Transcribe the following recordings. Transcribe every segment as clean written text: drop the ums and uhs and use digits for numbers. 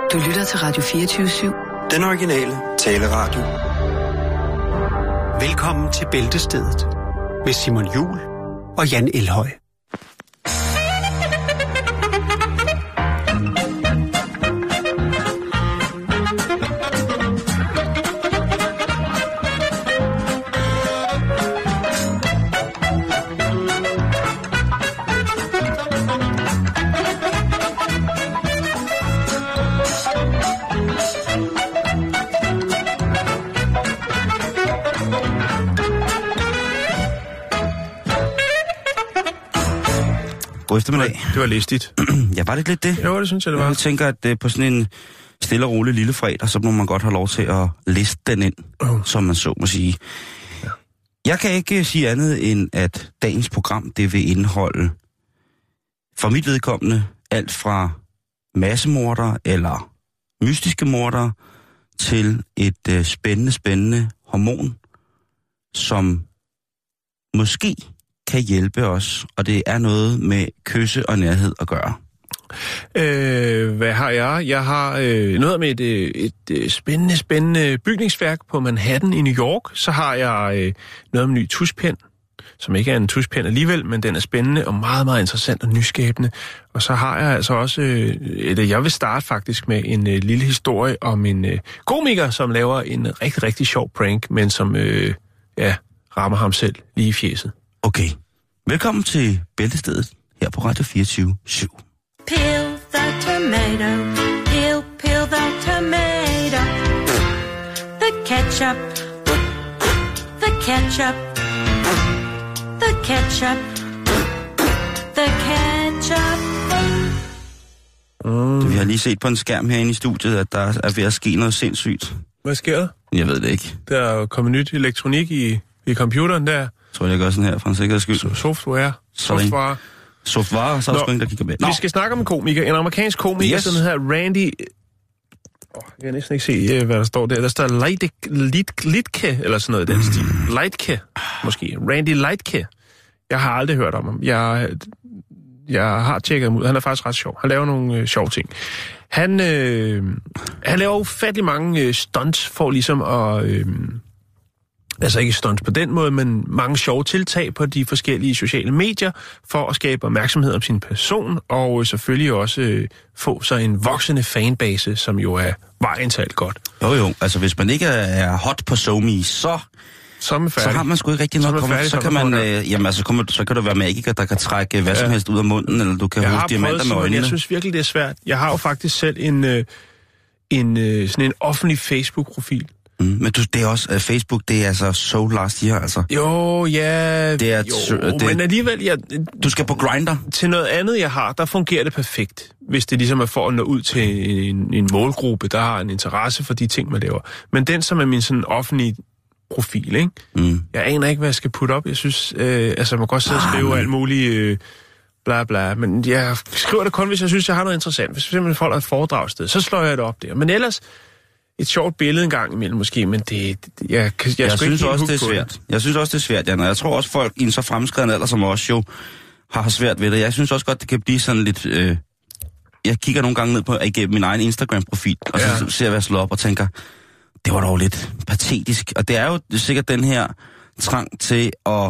Du lytter til Radio 24/7. Den originale taleradio. Velkommen til Bæltestedet med Simon Juhl og Jan Elhøj. God eftermiddag. Det var listigt. Ja, var det lidt det? Jo, det synes jeg, det var. Jeg tænker, at på sådan en stille og rolig lille fredag, så må man godt have lov til at liste den ind, som man så må sige. Ja. Jeg kan ikke sige andet end, at dagens program, det vil indeholde for mit vedkommende alt fra massemorder eller mystiske morder til et spændende hormon, som måske kan hjælpe os, og det er noget med kysse og nærhed at gøre. Hvad har jeg? Jeg har noget med et spændende bygningsværk på Manhattan i New York. Så har jeg noget med en ny tuschpen, som ikke er en tuschpen alligevel, men den er spændende og meget, meget interessant og nyskabende. Og så har jeg altså også, jeg vil starte faktisk med en lille historie om en komiker, som laver en rigtig, rigtig sjov prank, men som rammer ham selv lige i fjeset. Okay. Velkommen til Bæltestedet her på Radio 24/7. Peel the tomato, peel the tomato. The ketchup, the ketchup, the ketchup, the ketchup. Vi har lige set på en skærm herinde i studiet, at der er ved at ske noget sindssygt. Hvad sker der? Jeg ved det ikke. Der er jo kommet nyt elektronik i computeren der. Tror jeg gør sådan her, for en sikkerheds skyld. Software, så er der sgu ingen, der kigger med. Vi skal snakke om en komiker, en amerikansk komiker, som hedder Randy... Jeg kan næsten ikke se, hvad der står der. Der står Leitke, eller sådan noget i den stil. Leitke, måske. Randy Leitke. Jeg har aldrig hørt om ham. Jeg har tjekket ham ud. Han er faktisk ret sjov. Han laver nogle sjove ting. Han laver ufattelig mange stunts for ligesom at... Altså ikke stunts på den måde, men mange sjove tiltag på de forskellige sociale medier for at skabe opmærksomhed om sin person, og selvfølgelig også få sig en voksende fanbase, som jo er vejen til alt godt. Jo, altså hvis man ikke er hot på SoMe, så har man sgu ikke rigtig noget at komme. Så kan man, så kan du være magiker, der kan trække hvad som helst ud af munden, eller du kan huske diamanter med øjnene. Jeg synes virkelig, det er svært. Jeg har jo faktisk selv en sådan en offentlig Facebook-profil. Men det er også, Facebook, det er altså so last year, altså. Jo, ja... Det er, men alligevel... Du skal på Grindr. Til noget andet, jeg har, der fungerer det perfekt. Hvis det ligesom er for at nå ud til en målgruppe, der har en interesse for de ting, man laver. Men den, som er min sådan offentlige profil, ikke? Jeg aner ikke, hvad jeg skal putte op. Jeg synes, man kan godt sidde og skrive alt muligt... bla bla, men jeg skriver det kun, hvis jeg synes, jeg har noget interessant. Hvis simpelthen folk har et foredragssted, så slår jeg det op der. Men ellers... Et sjovt billede en gang imellem måske, men jeg synes også, det er svært. Jeg synes også, det er svært, Jan. Jeg tror også, folk i en så fremskreden alder som os jo har svært ved det. Jeg synes også godt, det kan blive sådan lidt... Jeg kigger nogle gange ned på min egen Instagram-profil, og så ser jeg, hvad jeg slår op og tænker, det var dog lidt patetisk. Og det er jo sikkert den her trang til at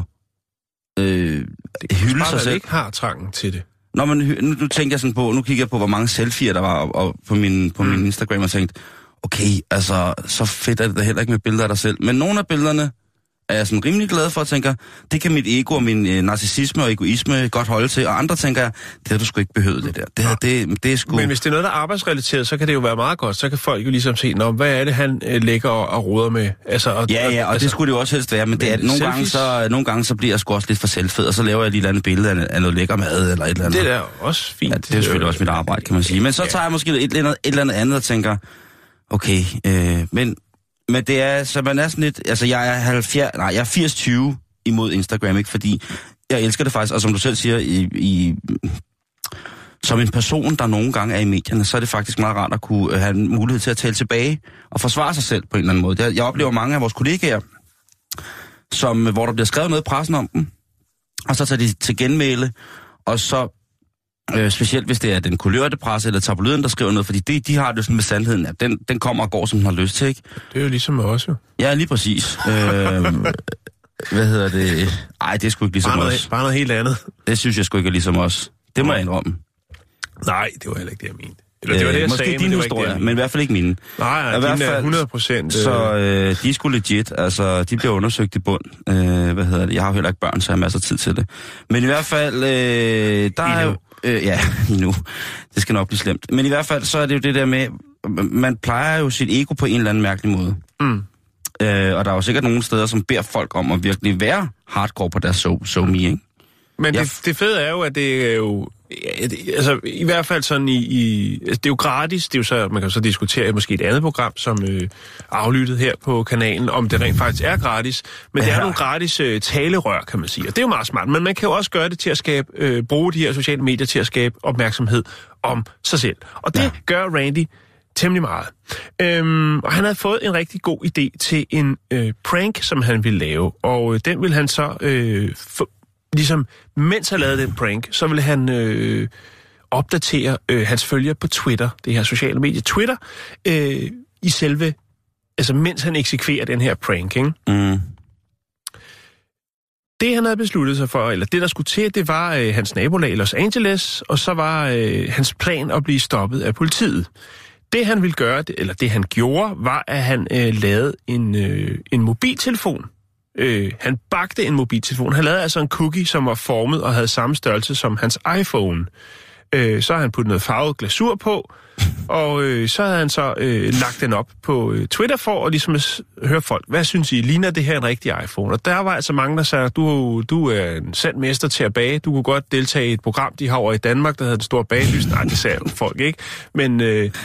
hylde sig selv. Ikke har trangen til det. Nå, men nu tænker jeg sådan på, nu kigger jeg på, hvor mange selfie'er der var og på min Instagram, og tænkte, okay, altså, så fedt er det da heller ikke med billeder af dig selv. Men nogle af billederne er jeg sådan rimelig glad for, at tænker, det kan mit ego og min narcissisme og egoisme godt holde til. Og andre tænker, det har du sgu ikke behøvet det der. Det er sgu... Men hvis det er noget, der er arbejdsrelateret, så kan det jo være meget godt. Så kan folk jo ligesom se, hvad er det, han lægger og roder med? Altså, og det skulle det jo også helst være. Men det er, nogle gange så bliver jeg sgu også lidt for selvfed, og så laver jeg lige et eller andet billede af noget lækker mad eller et eller andet. Det er også fint. Ja, det er selvfølgelig også mit arbejde, kan man sige. Men så tager jeg måske et eller andet og tænker... Okay, men det er, så man er sådan lidt, altså jeg er 80-20 imod Instagram, ikke? Fordi jeg elsker det faktisk, og som du selv siger, som en person, der nogle gange er i medierne, så er det faktisk meget rart at kunne have en mulighed til at tale tilbage og forsvare sig selv på en eller anden måde. Jeg oplever mange af vores kollegaer, hvor der bliver skrevet noget i pressen om dem, og så tager de til genmæle, og så Specielt hvis det er den kulørte presse eller tabloiden, der skriver noget, fordi de har det jo sådan med sandheden, at den kommer og går, som den har lyst til, ikke? Det er jo ligesom os jo. Ja, lige præcis. Hvad hedder det? Ej, det er sgu ikke ligesom os. Bare noget helt andet. Det synes jeg sgu ikke er ligesom os. Det må jeg indrømme. Nej, det var heller ikke det, jeg mente. Eller det var det, jeg måske sagde, din historie, men i hvert fald ikke mine. Nej, i hvert fald 100%. Så de er sgu legit, altså de bliver undersøgt i bund. Hvad hedder det? Jeg har jo heller ikke børn, så jeg har masser af tid til det. Men i hvert fald, der er jo... ja, endnu. Det skal nok blive slemt. Men i hvert fald, så er det jo det der med, man plejer jo sit ego på en eller anden mærkelig måde. Og der er jo sikkert nogle steder, som beder folk om at virkelig være hardcore på deres SoMe, ikke? Men det fede er jo, at det er jo... Altså, i hvert fald sådan det er jo gratis. Det er jo så, man kan så diskutere måske et andet program, som aflyttet her på kanalen, om det rent faktisk er gratis. Men det er nogle gratis talerør, kan man sige. Og det er jo meget smart. Men man kan jo også gøre det til at bruge de her sociale medier til at skabe opmærksomhed om sig selv. Og det gør Randy temmelig meget. Og han havde fået en rigtig god idé til en prank, som han ville lave. Og den ville han så... Ligesom, mens han lavede den prank, så ville han opdatere hans følgere på Twitter, det her sociale medie Twitter, i selve, altså mens han eksekverer den her prank, ikke? Det han havde besluttet sig for, eller det der skulle til, det var hans nabolag i Los Angeles, og så var hans plan at blive stoppet af politiet. Det han ville gøre, eller det han gjorde, var at han lavede en mobiltelefon. Han bagte en mobiltelefon. Han lavede altså en cookie, som var formet og havde samme størrelse som hans iPhone. Så havde han puttet noget farvet glasur på, og så havde han så lagt den op på Twitter for at ligesom høre folk, hvad synes I, ligner det her en rigtig iPhone? Og der var altså mange, der sagde, du er en sand mester til at bage, du kunne godt deltage i et program, de har over i Danmark, der hedder Den Store Bagelys. Nej, det sagde folk ikke, men...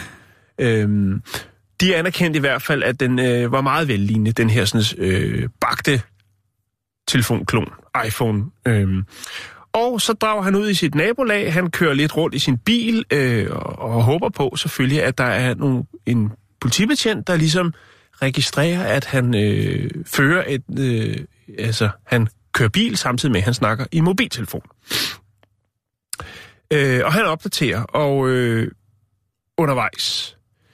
de anerkendte i hvert fald, at den var meget vellignende, den her sådan, bagte telefonklon, iPhone. Og så drager han ud i sit nabolag, han kører lidt rundt i sin bil, og håber på selvfølgelig, at der er en politibetjent, der ligesom registrerer, at han fører han kører bil, samtidig med, at han snakker i mobiltelefon. Og han opdaterer, og undervejs...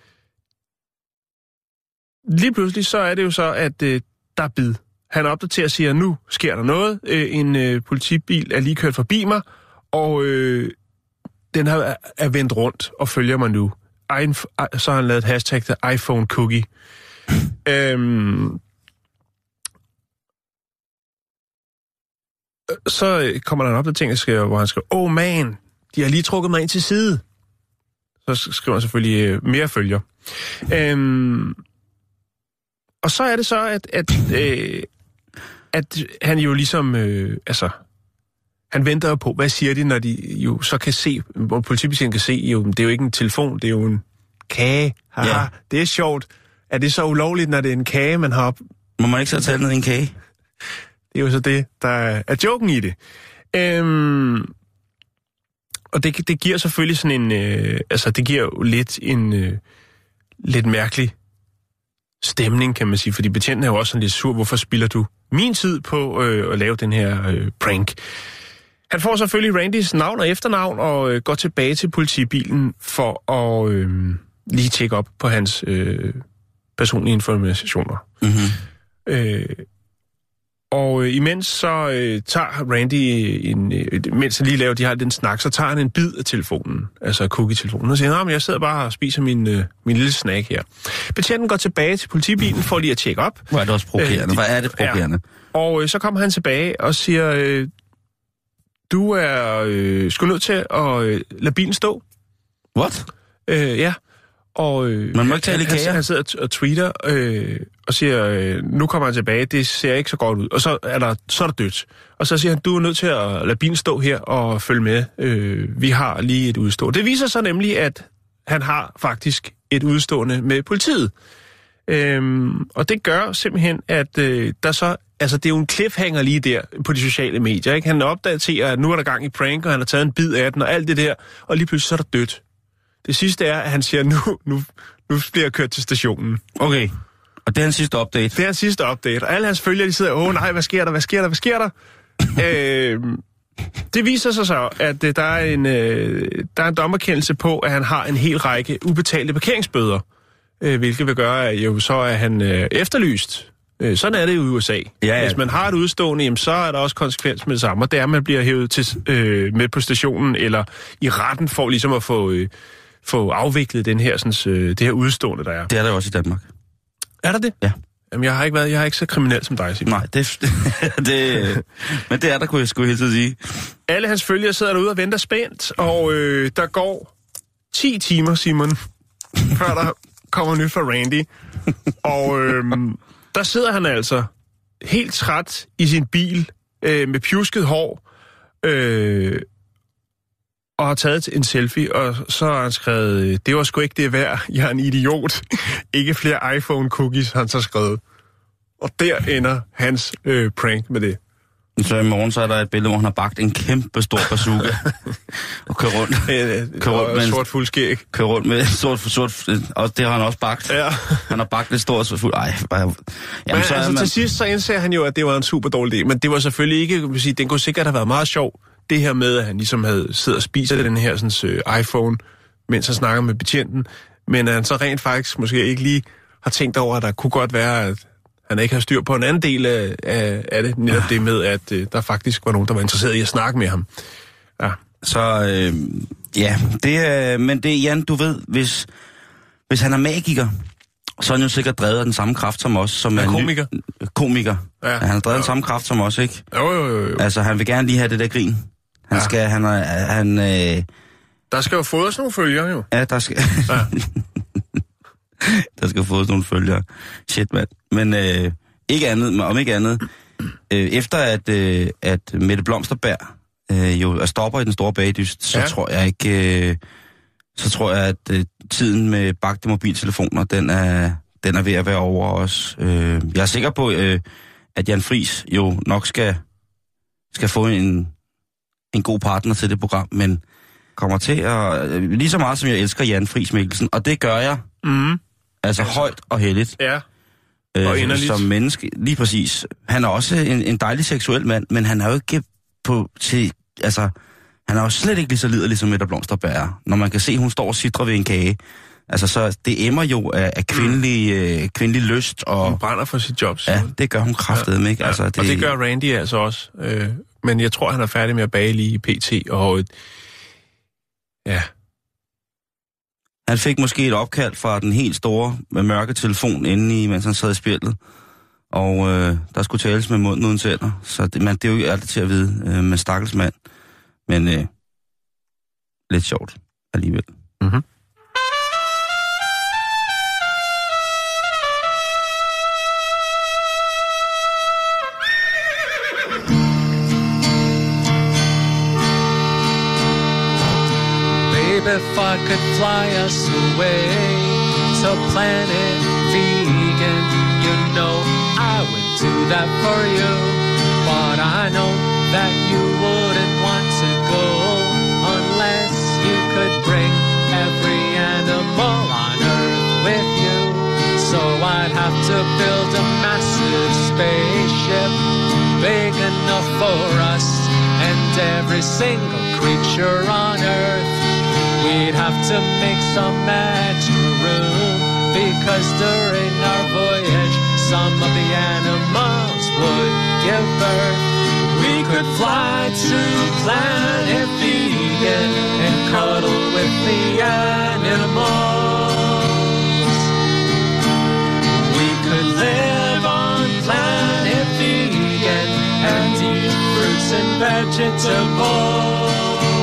Lige pludselig så er det jo så, at der er bid. Han opdaterer og siger, nu sker der noget. En politibil er lige kørt forbi mig, og den er vendt rundt og følger mig nu. Så har han lavet et hashtag, der iPhone cookie. Så kommer der en opdatering, hvor han skriver, man, de har lige trukket mig ind til side. Så skriver han selvfølgelig mere følger. Og så er det så, at han jo ligesom, han venter jo på, hvad siger de, når de jo så kan se, hvor politibetjenten kan se, jo, det er jo ikke en telefon, det er jo en kage. Haha, ja. Det er sjovt. Er det så ulovligt, når det er en kage, man har op? Må man ikke så tage ned i en kage? Det er jo så det, der er joken i det. Og det giver selvfølgelig sådan en, det giver jo lidt en lidt mærkelig stemning, kan man sige, fordi betjenten er jo også sådan lidt sur. Hvorfor spilder du min tid på at lave den her prank? Han får selvfølgelig Randys navn og efternavn og går tilbage til politibilen for at lige tjekke op på hans personlige informationer. Og imens så tager Randy, mens han lige laver, de har den snak, så tager han en bid af telefonen, altså cookie-telefonen, og siger, men jeg sidder bare og spiser min lille snack her. Betjenten går tilbage til politibilen for lige at tjekke op. Hvor er det også provokerende? Hvad er det provokerende? Ja. Og så kommer han tilbage og siger, du er sgu nødt til at lade bilen stå. What? Ja. Og man må ikke tale i kager. Han sidder og tweeter og siger, nu kommer han tilbage, det ser ikke så godt ud. Og så er der dødt. Og så siger han, du er nødt til at lade bilen stå her og følge med. Vi har lige et udstående. Det viser sig nemlig, at han har faktisk et udstående med politiet. Og det gør simpelthen, at der så... Altså, det er jo en cliffhanger lige der på de sociale medier, ikke? Han opdaterer, at nu er der gang i prank, og han har taget en bid af den og alt det der. Og lige pludselig så er der dødt. Det sidste er, at han siger, nu bliver jeg kørt til stationen. Okay. Og det er hans sidste update? Det er hans sidste update. Og alle hans følgere, de sidder, nej, hvad sker der? Det viser sig så, at der er en dommerkendelse på, at han har en hel række ubetalte parkeringsbøder, hvilket vil gøre, at jo så er han efterlyst. Sådan er det jo i USA. Ja. Hvis man har et udstående, jamen, så er der også konsekvens med det samme, og det er, at man bliver hævet til, med på stationen, eller i retten for ligesom at få afviklet den her, sådan, det her udstående, der er. Det er der også i Danmark. Er der det? Ja. Jamen, jeg har ikke så kriminel som dig, Simon. Nej, men det er der, kunne jeg sgu helt sige. Alle hans følgere sidder derude og venter spændt, og der går 10 timer, Simon, før der kommer nyt fra Randy. Og der sidder han altså helt træt i sin bil med pjusket hår og har taget en selfie, og så har han skrevet, det var sgu ikke det værd, jeg er en idiot. Ikke flere iPhone-cookies, han så skrevet. Og der ender hans prank med det. Så i morgen så er der et billede, hvor han har bagt en kæmpe stor bazooka og kører rundt med sort fuldskæg. Kører rundt med sort, og det har han også bagt. Ja. Han har bagt et stort fuld. Men så altså, til sidst så indser han jo, at det var en super dårlig idé, men det var selvfølgelig ikke, den kunne sikkert have været meget sjov. Det her med, at han ligesom havde siddet og spiser den her sådan, iPhone, mens han snakker med betjenten, men at han så rent faktisk måske ikke lige har tænkt over, at der kunne godt være, at han ikke har styr på en anden del af det, netop det med, at der faktisk var nogen, der var interesseret i at snakke med ham. Ja. Så ja, men det Jan, du ved, hvis han er magiker, så er han jo sikkert drevet af den samme kraft som os. Som er komiker. Komiker. Ja. Han har drevet den samme kraft som os, ikke? Jo. Altså, han vil gerne lige have det der grin. Der skal jo fodres nogle følgere, jo. Ja, der skal... Ja. Der skal fodres nogle følgere. Shit, mand. Men ikke andet, efter at Mette Blomsterberg jo er stopper i den store bagdyst, så tror jeg ikke... så tror jeg, at tiden med bagte mobiltelefoner, den er ved at være over os. Jeg er sikker på, at Jan Friis jo nok skal få en god partner til det program, men kommer til at... Lige så meget, som jeg elsker Jan Friis Mikkelsen, og det gør jeg. Altså højt og heldigt. Ja. Og inderligt. Som menneske, lige præcis. Han er også en dejlig seksuel mand, men han er jo ikke han er jo slet ikke lige så liderlig som Mette Blomsterberg. Når man kan se, at hun står og sidder ved en kage. Altså, så det emmer jo af kvindelig lyst. Og hun brænder for sit job. Ja, det gør hun kraftedeme, ikke? Ja. Altså, Og det gør Randy altså også. Men jeg tror, han er færdig med at bage lige i PT. Og ja. Han fik måske et opkald fra den helt store mørke telefon inde mens han sad i spjældet. Og der skulle tales med munden uden tænder. Så det er jo ikke altid til at vide med stakkels mand. Men lidt sjovt alligevel. Mm-hmm. Baby, if I could fly us away to planet vegan, you know I would do that for you. But I know that you wouldn't want to go unless you could bring every animal on Earth with you. So I'd have to build a massive spaceship big enough for us and every single creature on Earth. We'd have to make some extra room because during our voyage some of the animals would give birth. We could fly to planet vegan and cuddle with the animals. We could live on planet vegan and eat fruits and vegetables.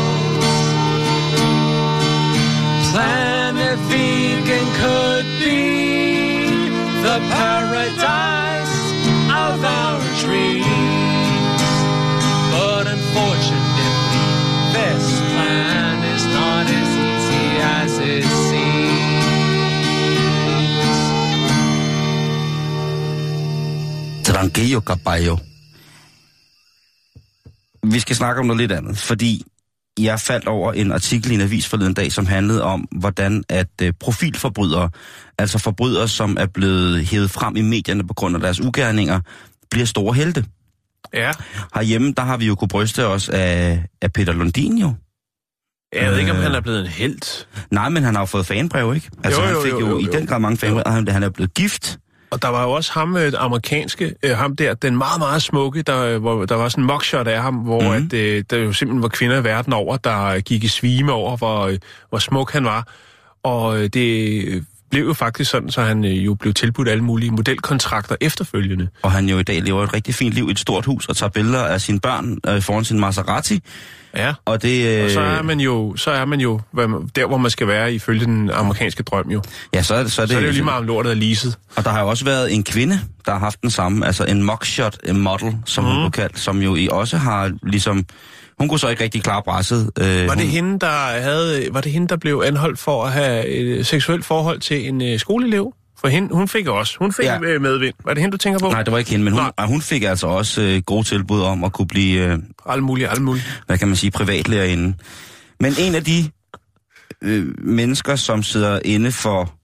Planet vegan could be the paradise of our dreams. But unfortunately, this plan is not as easy as it seems. Tranquillo, caballo. Vi skal snakke om noget lidt andet, fordi jeg faldt over en artikel i en avis forleden dag, som handlede om, hvordan at profilforbrydere, altså forbrydere, som er blevet hævet frem i medierne på grund af deres ugerninger, bliver store helte. Ja. Herhjemme, der har vi jo kunne bryste os af Peter Lundin jo. Jeg ved ikke, om han er blevet en helt. Nej, men han har jo fået fanbrev, ikke? Altså, han fik jo i den grad mange fanbrev, og han er blevet gift. Og der var jo også ham, amerikanske, ham der, den meget, meget smukke, hvor der var sådan en mugshot af ham, hvor der jo simpelthen var kvinder i verden over, der gik i svime over, hvor smuk han var. Og det blev jo faktisk sådan, så han jo blev tilbudt alle mulige modelkontrakter efterfølgende. Og han jo i dag lever et rigtig fint liv i et stort hus og tager billeder af sine børn foran sin Maserati. Ja, og så er man jo der, hvor man skal være ifølge den amerikanske drøm jo. Ja, så er det jo lige meget om lortet er leaset. Og der har jo også været en kvinde, der har haft den samme, altså en mugshot model, som hun blev kaldt, som jo også har ligesom... Hun kunne så ikke rigtig klare presset. Var det hende, der blev anholdt for at have et seksuelt forhold til en skoleelev? For hun fik medvind. Var det hende, du tænker på? Nej, det var ikke hende, men hun fik altså også gode tilbud om at kunne blive... Alt muligt. Hvad kan man sige? Privatlærerinde. Men en af de mennesker, som sidder inde for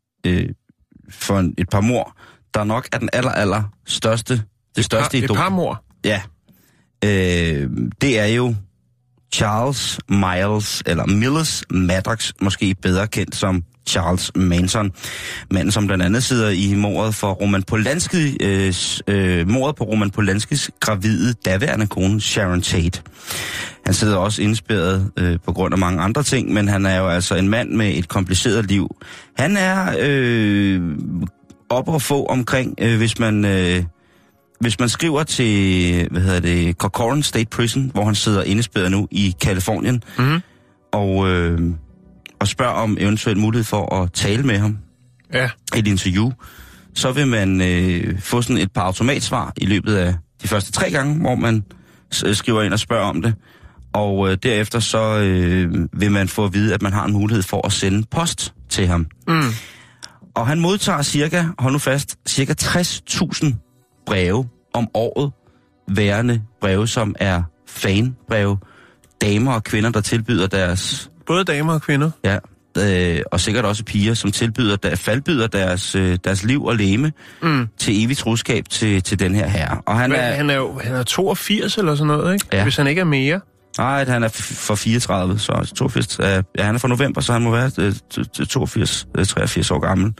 et par mord, der nok er den aller største... Det største idol. Et par mord? Ja. Det er jo Charles Miles, eller Mills Maddox, måske bedre kendt som Charles Manson. Manden, som blandt andet sidder i mordet for mordet på Roman Polanskis gravide daværende kone Sharon Tate. Han sidder også indspærret på grund af mange andre ting, men han er jo altså en mand med et kompliceret liv. Han er op og få omkring, hvis man skriver til, Corcoran State Prison, hvor han sidder indespærret nu i Kalifornien, og spørger om eventuelt mulighed for at tale med ham. Ja. Et interview, så vil man få sådan et par automatsvar i løbet af de første 3 gange, hvor man skriver ind og spørger om det. Og derefter så vil man få at vide, at man har en mulighed for at sende post til ham. Og han modtager cirka 60.000 breve om året, værende breve, som er fanbreve, damer og kvinder, der tilbyder deres... Både damer og kvinder? Ja, og sikkert også piger, som faldbyder deres liv og legeme til evigt troskab til den her herre. Og han er 82 eller sådan noget, ikke? Ja. Hvis han ikke er mere. Nej, han er for 34, så 82. Han er fra november, så han må være 83 år gammel.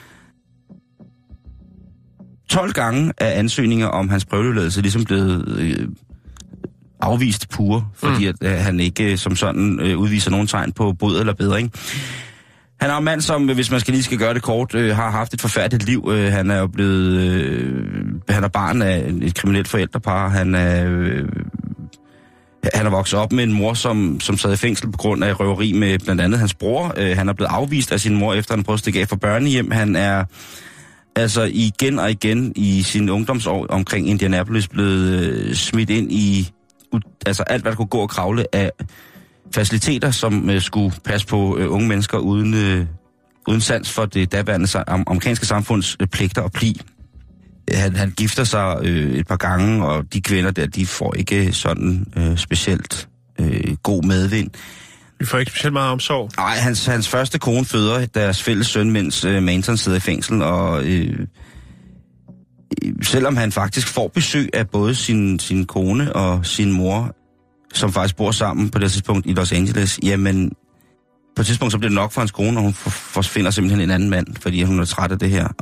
12 gange er ansøgninger om hans prøveløsladelse ligesom blevet afvist pure, fordi at han ikke som sådan udviser nogen tegn på bod eller bedring. Han er en mand, som, hvis man skal gøre det kort, har haft et forfærdeligt liv. Han er jo han er barn af et kriminelt forældrepar. Han er vokset op med en mor, som sad i fængsel på grund af røveri med blandt andet hans bror. Han er blevet afvist af sin mor, efter han prøvede at stikke af fra børnehjem. Han er altså igen og igen i sine ungdomsår omkring Indianapolis blevet smidt ind i alt, hvad der kunne gå og kravle af faciliteter, som skulle passe på unge mennesker uden sans for det daværende amerikanske samfunds pligter og pli. Han gifter sig et par gange, og de kvinder der, de får ikke sådan specielt god medvind. Vi får ikke specielt meget omsorg. Nej, hans første kone føder deres fælles søn, mens Manson sidder i fængsel, og selvom han faktisk får besøg af både sin kone og sin mor, som faktisk bor sammen på det tidspunkt i Los Angeles, jamen på et tidspunkt så bliver det nok for hans kone, og hun finder simpelthen en anden mand, fordi hun er træt af det her,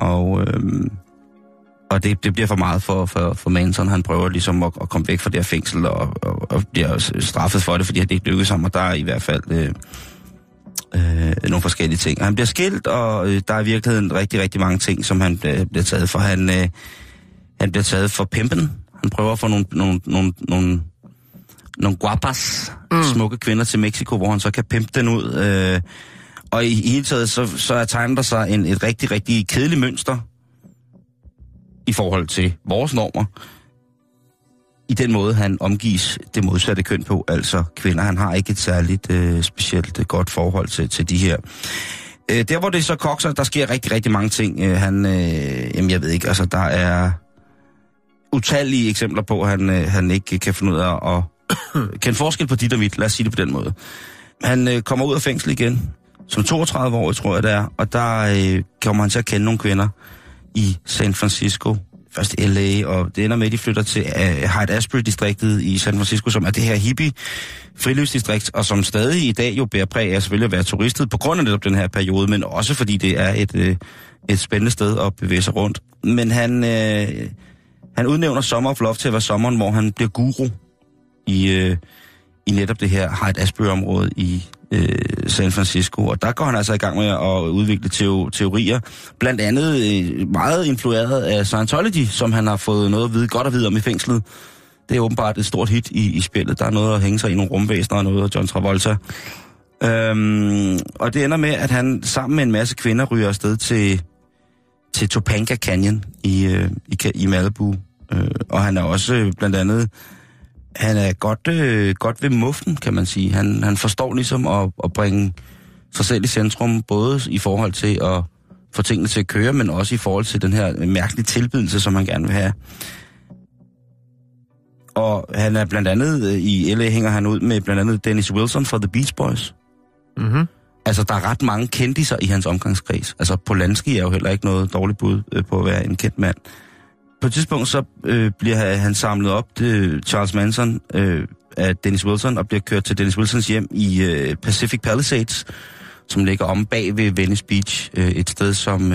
og det bliver for meget for Manson. Han prøver ligesom at komme væk fra det her fængsel, og bliver straffet for det, fordi det ikke lykkes ham, og der er i hvert fald nogle forskellige ting. Han bliver skilt, og der er i virkeligheden rigtig, rigtig mange ting, som han bliver taget for. Han bliver taget for pimpen. Han prøver at få nogle guapas, smukke kvinder til Mexico, hvor han så kan pimpe den ud. Og i hele taget, så tegner der sig et rigtig, rigtig kedeligt mønster i forhold til vores normer, i den måde, han omgives det modsatte køn på, altså kvinder. Han har ikke et særligt specielt godt forhold til de her. Der, hvor det så kokser, der sker rigtig, rigtig mange ting. Jeg ved ikke, altså der er utallige eksempler på, at han ikke kan finde ud af at kende forskel på dit og mit, lad os sige det på den måde. Han kommer ud af fængsel igen, som 32 år, tror jeg det er, og der kommer han til at kende nogle kvinder i San Francisco, først LA, og det ender med, at de flytter til Haight-Ashbury-distriktet i San Francisco, som er det her hippie friluftsdistrikt, og som stadig i dag jo bærer præg af selvfølgelig at være turistet på grund af netop den her periode, men også fordi det er et spændende sted at bevæge sig rundt. Men han udnævner Summer of Love til at være sommeren, hvor han bliver guru i netop det her Haight-Ashbury-område i San Francisco. Og der går han altså i gang med at udvikle teorier, blandt andet meget influeret af Scientology, som han har fået noget godt at vide om i fængslet. Det er åbenbart et stort hit i spillet. Der er noget at hænge sig i nogle rumvæsener og noget af John Travolta. Og det ender med, at han sammen med en masse kvinder ryger afsted til Topanga Canyon i Malibu. Og han er også blandt andet, han er godt ved muffen, kan man sige. Han forstår ligesom at bringe sig selv i centrum, både i forhold til at få tingene til at køre, men også i forhold til den her mærkelige tilbydelse, som han gerne vil have. Og han er blandt andet, i LA hænger han ud med blandt andet Dennis Wilson fra The Beach Boys. Mhm. Altså, der er ret mange kendiser i hans omgangskreds. Altså, Polanski er jo heller ikke noget dårligt bud på at være en kendt mand. På et tidspunkt, så bliver han samlet op til Charles Manson af Dennis Wilson, og bliver kørt til Dennis Wilsons hjem i Pacific Palisades, som ligger om bag ved Venice Beach. Et sted, som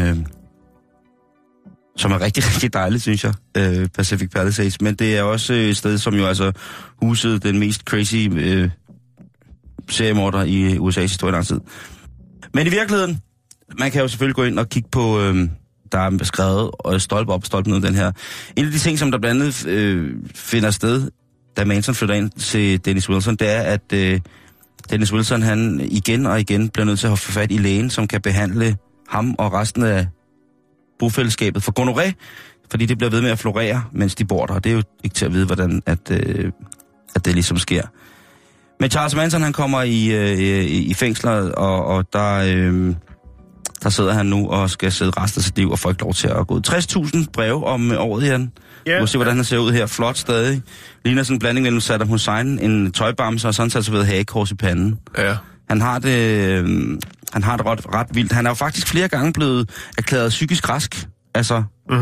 er rigtig, rigtig dejligt, synes jeg, Pacific Palisades. Men det er også et sted, som jo altså husede den mest crazy seriemorder i USA's historie lang tid. Men i virkeligheden, man kan jo selvfølgelig gå ind og kigge på, der er skrevet og stolpe op og stolpe ned den her. En af de ting, som der blandt andet finder sted, da Manson flytter ind til Dennis Wilson, det er, at Dennis Wilson, han igen og igen bliver nødt til at få fat i lægen, som kan behandle ham og resten af bofællesskabet for gonorré, fordi det bliver ved med at florere, mens de bor der. Det er jo ikke til at vide, hvordan at det ligesom sker. Men Charles Manson, han kommer i fængslet, og der sidder han nu og skal sidde resten af sit liv og får ikke lov til at gå ud. 60.000 breve om året, Jan. Yeah. Du må se, hvordan han ser ud her. Flot stadig. Ligner sådan en blanding mellem Saddam Hussein, en tøjbamse og sådan så ved hagekors i panden. Ja. Han har det ret vildt. Han er jo faktisk flere gange blevet erklæret psykisk rask. Altså,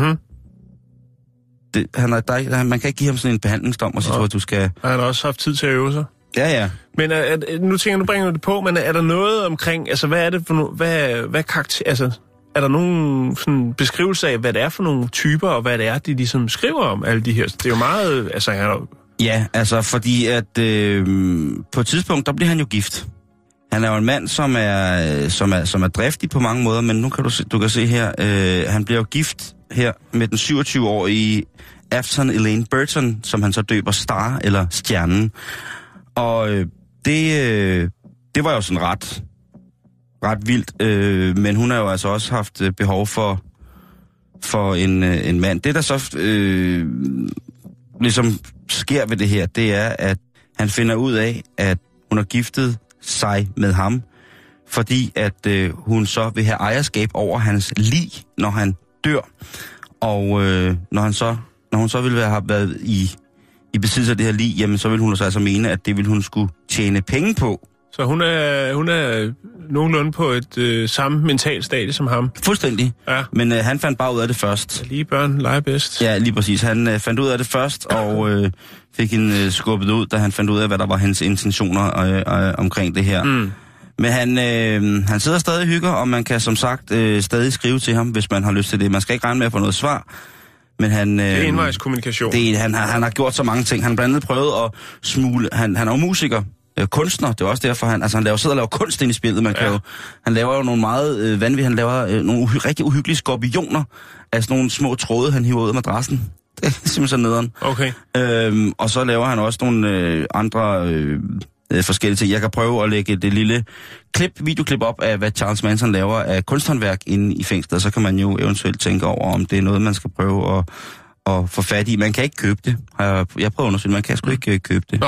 man kan ikke give ham sådan en behandlingsdom og sige, at du skal... Han har også haft tid til at øve sig. Ja. Men nu bringer du det på, men er der noget omkring, altså hvad er det for hvad karakter, altså er der nogen sådan beskrivelse af, hvad det er for nogle typer, og hvad det er, de ligesom skriver om alle de her? Det er jo meget, altså... Ja, altså fordi at på et tidspunkt, der bliver han jo gift. Han er jo en mand, som er driftig på mange måder, men nu kan du kan se her, han bliver jo gift her med den 27-årige Afton Elaine Burton, som han så døber Star eller Stjernen. Og det var jo sådan ret vildt, men hun har jo altså også haft behov for en mand. Det der så ligesom sker ved det her, det er, at han finder ud af, at hun har giftet sig med ham, fordi at hun så vil have ejerskab over hans lig, når han dør. Og når hun så ville have været i besiddelse af det her lig, jamen så vil hun så altså mene, at det vil hun skulle tjene penge på. Så hun er nogenlunde på et samme mentalt stadie som ham? Fuldstændig. Ja. Men han fandt bare ud af det først. Ja, lige børn leger bedst. Ja, lige præcis. Han fandt ud af det først, og fik hende skubbet ud, da han fandt ud af, hvad der var hans intentioner omkring det her. Mm. Men han sidder stadig og hygger, og man kan som sagt stadig skrive til ham, hvis man har lyst til det. Man skal ikke regne med at få noget svar. Men han, det er envejskommunikation. Han har gjort så mange ting. Han har blandt andet prøvet at smule... Han er jo musiker, kunstner. Det er også derfor, han sidder og laver kunst ind i spillet. Han laver jo nogle meget vanvittige... Han laver nogle rigtig uhyggelige skorpioner af sådan nogle små tråde, han hiver ud af madrassen. Det er simpelthen nederen. Okay. Og så laver han også nogle andre... forskellige ting. Jeg kan prøve at lægge det lille videoklip op af, hvad Charles Manson laver af kunsthåndværk inde i fængslet, så kan man jo eventuelt tænke over, om det er noget, man skal prøve at få fat i. Man kan ikke købe det. Jeg prøver at undersøge, man kan sgu ikke købe det.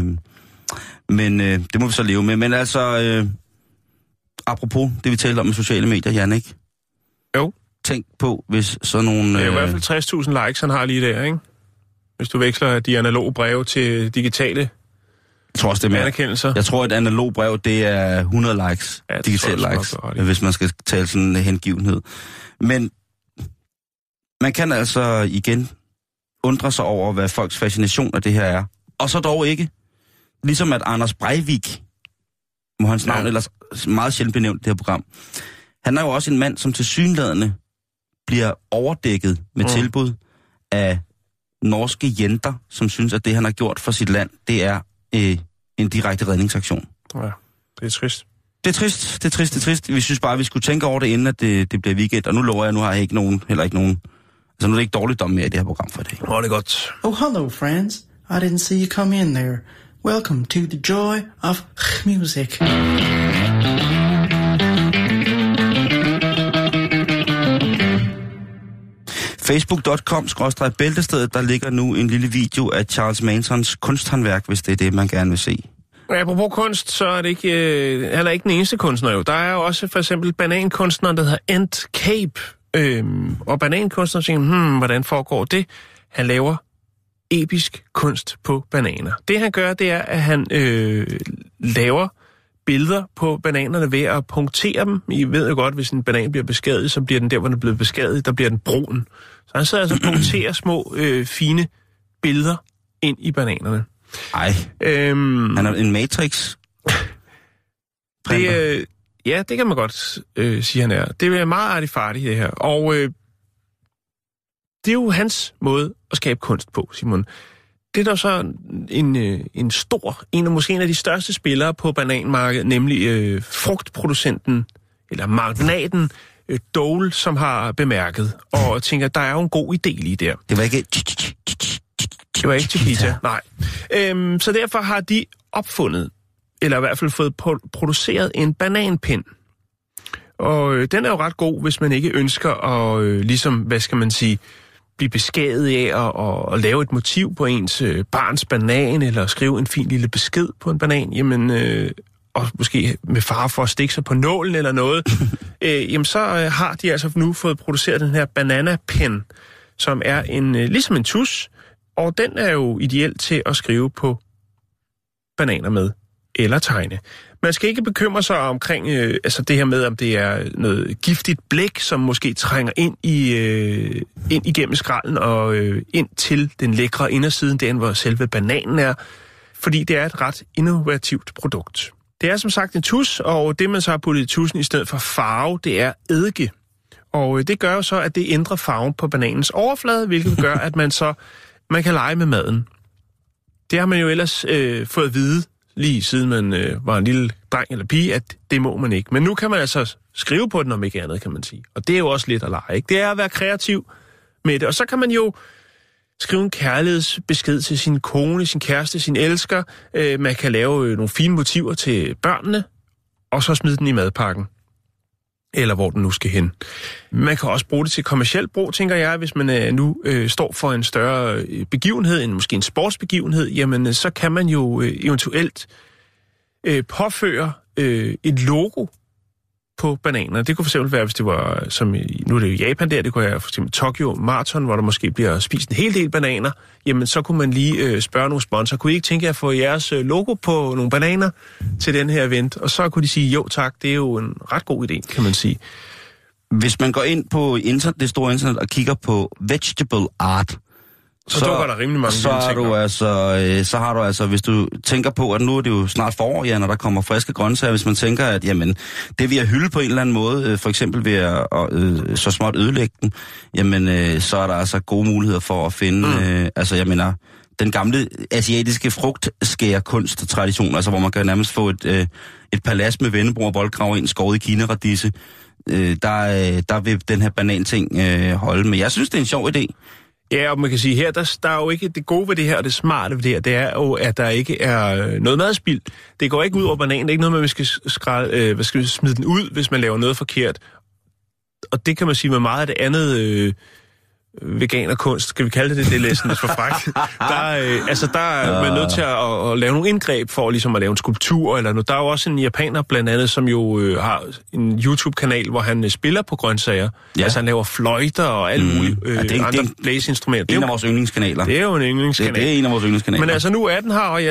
Men det må vi så leve med. Men altså, apropos det, vi talte om med sociale medier, Jan, ikke? Jo. Tænk på, hvis sådan nogle... Det er i hvert fald 60.000 likes, han har lige der, ikke? Hvis du veksler de analoge breve til digitale... Jeg tror også, det er mere. Jeg tror, et analog brev, det er 100 likes, ja, digitale likes, hvis man skal tale sådan en hengivenhed. Men Man kan altså igen undre sig over, hvad folks fascination af det her er. Og så dog ikke. Ligesom at Anders Breivik, må hans navn ellers meget sjældent benævnt det her program, han er jo også en mand, som tilsyneladende bliver overdækket med tilbud af norske jenter, som synes, at det, han har gjort for sit land, det er en direkte redningsaktion. Ja, det er trist. Det er trist. Vi synes bare, at vi skulle tænke over det, inden at det bliver weekend. Og nu lover jeg, nu har jeg heller ikke nogen... Altså nu er det ikke dårligdom mere i det her program for i dag. Det er godt. Oh, hello, friends. I didn't see you come in there. Welcome to the joy of music. Facebook.com/bæltestedet, der ligger nu en lille video af Charles Mansons kunsthåndværk, hvis det er det, man gerne vil se. Apropos kunst, så er det ikke, han er ikke den eneste kunstner jo. Der er jo også for eksempel banankunstneren, der hedder Ant Cape. Og banankunstneren siger, hvordan foregår det? Han laver episk kunst på bananer. Det han gør, det er, at han laver billeder på bananerne ved at punktere dem. I ved jo godt, hvis en banan bliver beskadiget, så bliver den der, hvor den er blevet beskadiget, der bliver den brun. Så han sidder altså og punkterer små, fine billeder ind i bananerne. Ej, han er en Matrix. Ja, det kan man godt sige, han er. Det er meget artifartigt, det her. Og det er jo hans måde at skabe kunst på, Simon. Det er der så måske en af de største spillere på bananmarkedet, nemlig frugtproducenten, eller magnaten, Dole, som har bemærket, og tænker, der er jo en god idé lige der. Det var ikke... Det var ikke Chiquita, nej. Så derfor har de opfundet, eller i hvert fald fået produceret en bananpind. Og den er jo ret god, hvis man ikke ønsker at, ligesom, hvad skal man sige, blive beskadiget af at lave et motiv på ens barns banan, eller skrive en fin lille besked på en banan, jamen, og måske med fare for at stikke sig på nålen eller noget, jamen så har de altså nu fået produceret den her bananapen, som er ligesom en tus, og den er jo ideelt til at skrive på bananer med, eller tegne. Man skal ikke bekymre sig omkring det her med, om det er noget giftigt blæk, som måske trænger ind igennem skralden og ind til den lækre indersiden, den hvor selve bananen er, fordi det er et ret innovativt produkt. Det er som sagt en tus, og det man så har puttet i tusen i stedet for farve, det er eddike. Og det gør jo så, at det ændrer farven på bananens overflade, hvilket gør, at man kan lege med maden. Det har man jo ellers fået at vide, lige siden man var en lille dreng eller pige, at det må man ikke. Men nu kan man altså skrive på den, om ikke andet, kan man sige. Og det er jo også lidt at lege, ikke? Det er at være kreativ med det. Og så kan man jo skrive en kærlighedsbesked til sin kone, sin kæreste, sin elsker. Man kan lave nogle fine motiver til børnene, og så smide den i madpakken. Eller hvor den nu skal hen. Man kan også bruge det til kommercielt brug, tænker jeg, hvis man nu står for en større begivenhed, måske en sportsbegivenhed, jamen så kan man jo eventuelt påføre et logo på bananer. Det kunne for eksempel være, hvis det var, nu er det jo Japan der, det kunne være for eksempel Tokyo Marathon, hvor der måske bliver spist en hel del bananer, jamen så kunne man lige spørge nogle sponsorer, kunne I ikke tænke jer at få jeres logo på nogle bananer til den her event? Og så kunne de sige, jo tak, det er jo en ret god idé, kan man sige. Hvis man går ind på det store internet og kigger på vegetable art, så dukker der rimelig mange så har du altså, hvis du tænker på, at nu er det jo snart forår, ja, når der kommer friske grøntsager, hvis man tænker, at jamen, det vil jeg hylde på en eller anden måde, for eksempel ved at så småt ødelægge den, jamen, så er der altså gode muligheder for at finde, den gamle asiatiske frugtskærkunst-tradition, altså hvor man kan nærmest få et palads med vendebord og voldgrav ind skåret i kinaradisse, der vil den her bananting holde. Men jeg synes, det er en sjov idé. Ja, og man kan sige her, der er jo ikke det gode ved det her, og det smarte ved det her, det er jo, at der ikke er noget madspild. Det går ikke ud over bananen, det er ikke noget med, at man skal smide den ud, hvis man laver noget forkert. Og det kan man sige med meget af det andet veganerkunst, skal vi kalde det læsen for frækt. Der er man nødt til at lave nogle indgreb for ligesom at lave en skulptur eller noget. Der er jo også en japaner blandt andet, som jo har en YouTube-kanal, hvor han spiller på grøntsager. Ja. Altså han laver fløjter og alt muligt andre blæseinstrumenter. Det er en af vores yndlingskanaler. Det er jo en yndlingskanal. Det er en af vores yndlingskanaler. Men altså nu er den her, og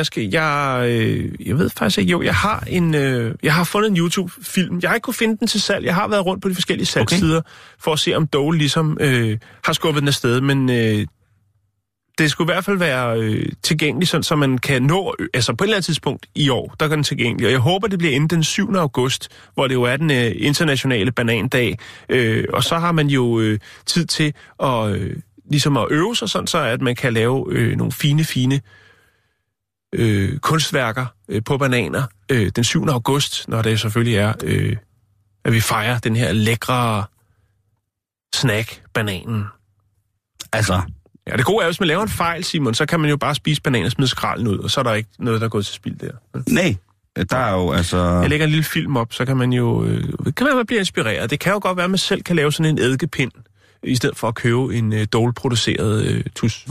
jeg ved faktisk ikke, jeg har fundet en YouTube-film. Jeg har ikke kunnet finde den til salg. Jeg har været rundt på de forskellige salgssider for at se, om Dole ligesom har skubbet sluppet den afsted, men det skulle i hvert fald være tilgængelig, sådan, så man kan nå, altså på et eller andet tidspunkt i år, der kan den tilgængelig. Og jeg håber, det bliver inden den 7. august, hvor det jo er den internationale banandag. Og så har man jo tid til at, ligesom at øve sig, sådan så at man kan lave nogle fine kunstværker på bananer den 7. august, når det selvfølgelig er, at vi fejrer den her lækre snack, bananen. Altså... Ja, det gode er, hvis man laver en fejl, Simon, så kan man jo bare spise bananer og smide skralden ud, og så er der ikke noget, der er gået til spild der. Nej, der er jo altså... Jeg lægger en lille film op, så kan man jo... man blive inspireret. Det kan jo godt være, at man selv kan lave sådan en eddikepind, i stedet for at købe en Dole-produceret tus.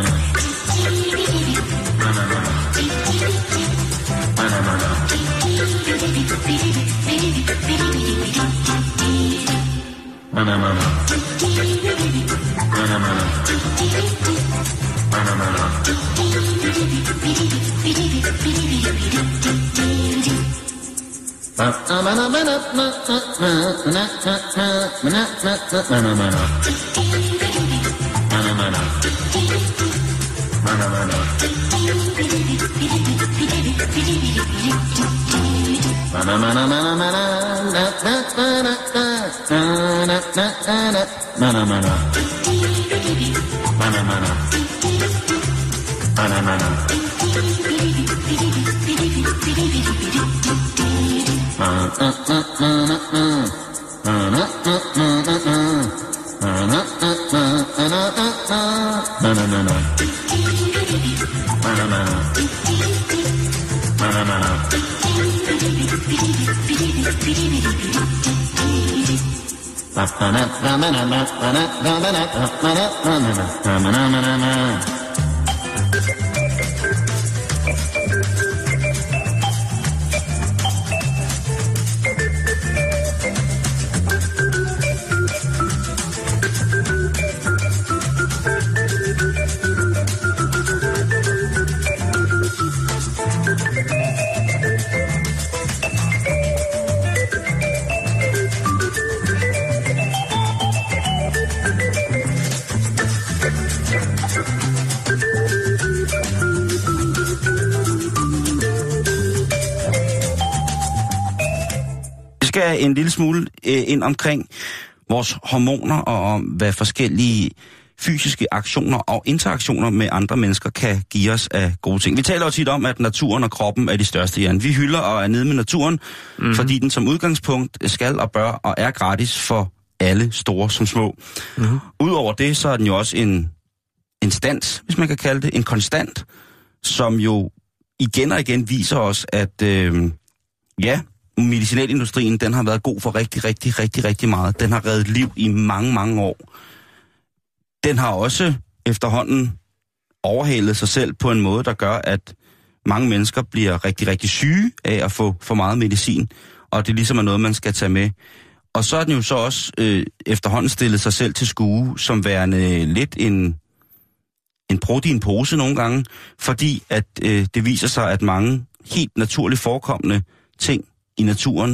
En lille smule ind omkring vores hormoner og om, hvad forskellige fysiske aktioner og interaktioner med andre mennesker kan give os af gode ting. Vi taler jo tit om, at naturen og kroppen er de største hjerner. Vi hylder og er nede med naturen, fordi den som udgangspunkt skal og bør og er gratis for alle, store som små. Udover det, så er den jo også en instans, hvis man kan kalde det, en konstant, som jo igen og igen viser os, at medicinalindustrien, den har været god for rigtig meget. Den har reddet liv i mange år. Den har også efterhånden overhalet sig selv på en måde, der gør, at mange mennesker bliver rigtig syge af at få for meget medicin, og det ligesom er noget, man skal tage med. Og så er den jo så også efterhånden stillet sig selv til skue, som værende lidt en proteinpose nogle gange, fordi at det viser sig, at mange helt naturligt forekommende ting i naturen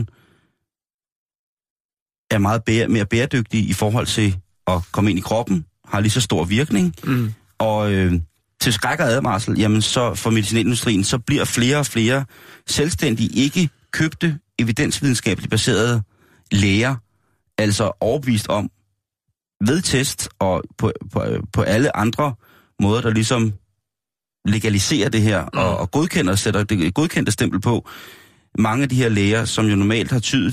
er meget mere bæredygtige i forhold til at komme ind i kroppen, har lige så stor virkning. Og til skræk og advarsel, jamen så for medicinalindustrien, så bliver flere og flere selvstændige, ikke købte, evidensvidenskabeligt baserede læger, altså overbevist om, ved test og på alle andre måder, der ligesom legaliserer det her og godkender, sætter det godkendte stempel på. Mange af de her læger, som jo normalt har tydet